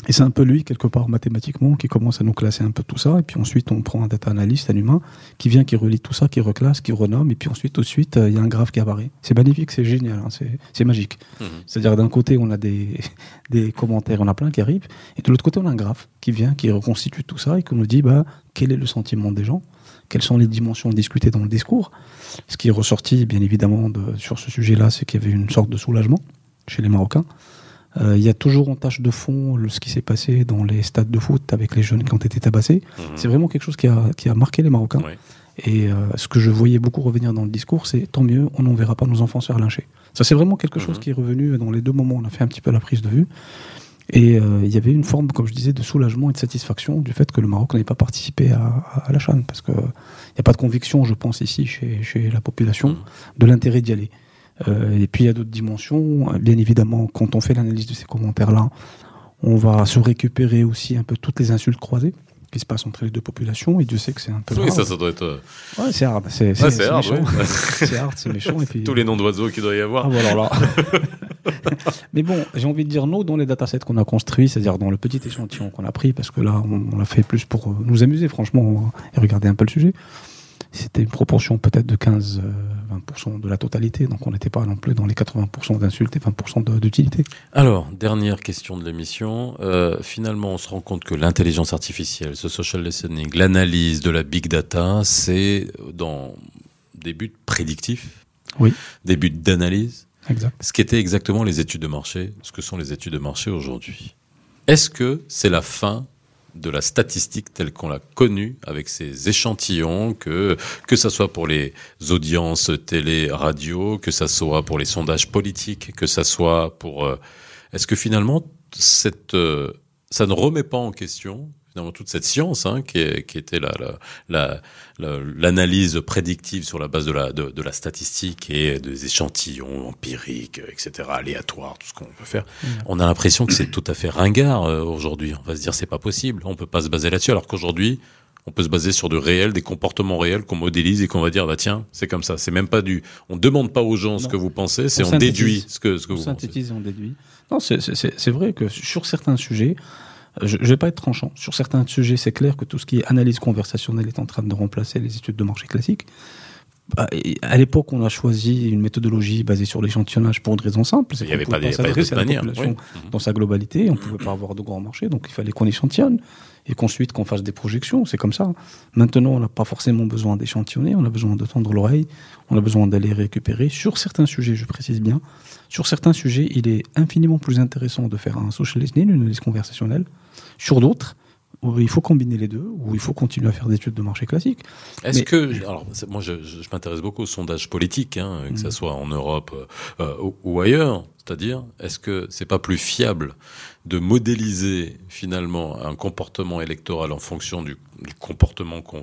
Et c'est un peu lui, quelque part, mathématiquement, qui commence à nous classer un peu tout ça. Et puis ensuite, on prend un data analyst, un humain, qui vient, qui relie tout ça, qui reclasse, qui renomme. Et puis ensuite, tout de suite, il y a un graphe qui apparaît. C'est magnifique, c'est génial, hein, c'est magique. C'est-à-dire, d'un côté, on a des commentaires, on a plein qui arrivent. Et de l'autre côté, on a un graphe qui vient, qui reconstitue tout ça et qui nous dit, quel est le sentiment des gens? Quelles sont les dimensions discutées dans le discours? Ce qui est ressorti, bien évidemment, sur ce sujet-là, c'est qu'il y avait une sorte de soulagement chez les Marocains. Il y a toujours en tâche de fond ce qui s'est passé dans les stades de foot avec les jeunes qui ont été tabassés. C'est vraiment quelque chose qui a marqué les Marocains. Oui. Et ce que je voyais beaucoup revenir dans le discours, c'est tant mieux, on n'enverra pas nos enfants se faire lyncher. Ça, c'est vraiment quelque chose qui est revenu dans les deux moments. On a fait un petit peu la prise de vue. Et il y avait une forme, comme je disais, de soulagement et de satisfaction du fait que le Maroc n'ait pas participé à la CHAN. Parce qu'il n'y a pas de conviction, je pense, ici, chez la population, de l'intérêt d'y aller. Et puis il y a d'autres dimensions. Bien évidemment, quand on fait l'analyse de ces commentaires-là, on va se récupérer aussi un peu toutes les insultes croisées qui se passent entre les deux populations. Et Dieu sait que c'est un peu oui, hard. ça doit être... Ouais, c'est hard. C'est hard, méchant. oui. C'est hard, c'est méchant. Et puis... Tous les noms d'oiseaux qu'il doit y avoir. Ah, voilà, là. Mais bon, j'ai envie de dire, nous, dans les datasets qu'on a construits, c'est-à-dire dans le petit échantillon qu'on a pris, parce que là, on l'a fait plus pour nous amuser, franchement, et regarder un peu le sujet. C'était une proportion peut-être de 15-20% de la totalité, donc on n'était pas non plus dans les 80% d'insultes et 20% d'utilité. Alors, dernière question de l'émission. Finalement, on se rend compte que l'intelligence artificielle, ce social listening, l'analyse de la big data, c'est dans des buts prédictifs, des buts d'analyse, exact. Ce qui était exactement les études de marché, ce que sont les études de marché aujourd'hui. Est-ce que c'est la fin de la statistique telle qu'on l'a connue avec ces échantillons, que ça soit pour les audiences télé, radio, que ça soit pour les sondages politiques, que ça soit pour... Est-ce que finalement, ça ne remet pas en question finalement toute cette science qui était l'analyse prédictive sur la base de la statistique et des échantillons empiriques, etc., aléatoires, tout ce qu'on peut faire. On a l'impression que c'est tout à fait ringard aujourd'hui. On va se dire c'est pas possible, on peut pas se baser là-dessus, alors qu'aujourd'hui on peut se baser sur du réel, des comportements réels qu'on modélise et qu'on va dire tiens, c'est comme ça. C'est même pas on demande pas aux gens ce que vous pensez, c'est on déduit ce que vous pensez. On synthétise et on déduit. Non, c'est vrai que sur certains sujets, je vais pas être tranchant. Sur certains sujets, c'est clair que tout ce qui est analyse conversationnelle est en train de remplacer les études de marché classiques. À l'époque, on a choisi une méthodologie basée sur l'échantillonnage pour une raison simple. Il n'y avait pas de manière. Dans sa globalité, on ne pouvait pas avoir de grands marchés, donc il fallait qu'on échantillonne et qu'ensuite qu'on fasse des projections. C'est comme ça. Maintenant, on n'a pas forcément besoin d'échantillonner, on a besoin de tendre l'oreille, on a besoin d'aller récupérer. Sur certains sujets, je précise bien, sur certains sujets, il est infiniment plus intéressant de faire un social listening, une analyse conversationnelle. Sur d'autres, où il faut combiner les deux, où il faut continuer à faire des études de marché classiques. Moi, je m'intéresse beaucoup aux sondages politiques, que ça soit en Europe ou ailleurs. C'est-à-dire, est-ce que c'est pas plus fiable de modéliser finalement un comportement électoral en fonction du comportement qu'on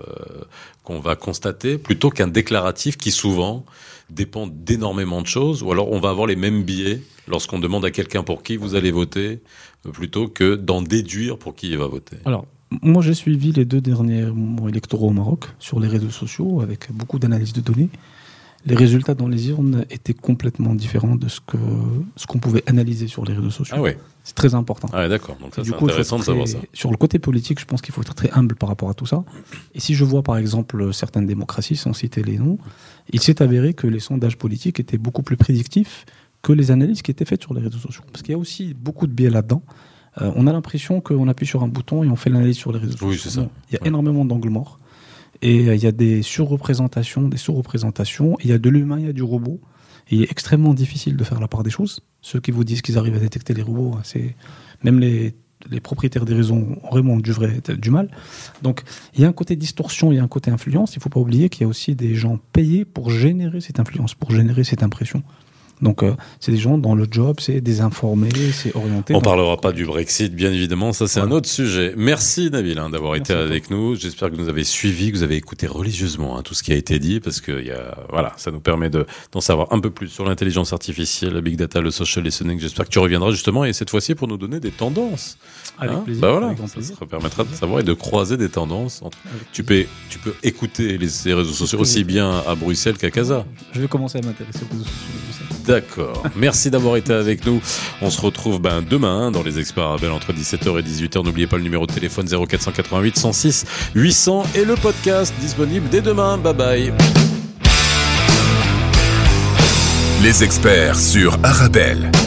va constater, plutôt qu'un déclaratif qui souvent dépend d'énormément de choses, ou alors on va avoir les mêmes biais lorsqu'on demande à quelqu'un pour qui vous allez voter, plutôt que d'en déduire pour qui il va voter. Alors, moi j'ai suivi les 2 derniers mois électoraux au Maroc sur les réseaux sociaux avec beaucoup d'analyses de données. Les résultats dans les urnes étaient complètement différents de ce qu'on pouvait analyser sur les réseaux sociaux. Ah oui. C'est très important. Ah ouais, d'accord. Donc ça, c'est intéressant de savoir ça. Sur le côté politique, je pense qu'il faut être très humble par rapport à tout ça. Et si je vois par exemple certaines démocraties, sans citer les noms, il s'est avéré que les sondages politiques étaient beaucoup plus prédictifs que les analyses qui étaient faites sur les réseaux sociaux. Parce qu'il y a aussi beaucoup de biais là-dedans. On a l'impression qu'on appuie sur un bouton et on fait l'analyse sur les réseaux sociaux. Oui, c'est ça. Non, il y a énormément d'angles morts. Et il y a des surreprésentations, des sous-représentations. Il y a de l'humain, il y a du robot. Et il est extrêmement difficile de faire la part des choses. Ceux qui vous disent qu'ils arrivent à détecter les robots, même les propriétaires des réseaux ont vraiment du mal. Donc il y a un côté distorsion, il y a un côté influence. Il ne faut pas oublier qu'il y a aussi des gens payés pour générer cette influence, pour générer cette impression. Donc c'est des gens dont le job c'est désinformer, c'est orienter. On parlera pas du Brexit bien évidemment, ça c'est un autre sujet. Merci Nabil d'avoir été avec nous. J'espère que vous nous avez suivis, que vous avez écouté religieusement tout ce qui a été dit, parce que ça nous permet d'en savoir un peu plus sur l'intelligence artificielle, la big data, le social listening. J'espère que tu reviendras justement et cette fois-ci pour nous donner des tendances. Avec plaisir. Avec plaisir. Ça permettra de savoir et de croiser des tendances. Tu peux écouter ces réseaux sociaux aussi bien à Bruxelles qu'à Casa. Je vais commencer à m'intéresser aux réseaux sociaux de Bruxelles. D'accord. Merci d'avoir été avec nous. On se retrouve demain dans les Experts Arabelle entre 17h et 18h. N'oubliez pas le numéro de téléphone 0488 106 800 et le podcast disponible dès demain. Bye bye. Les Experts sur Arabelle.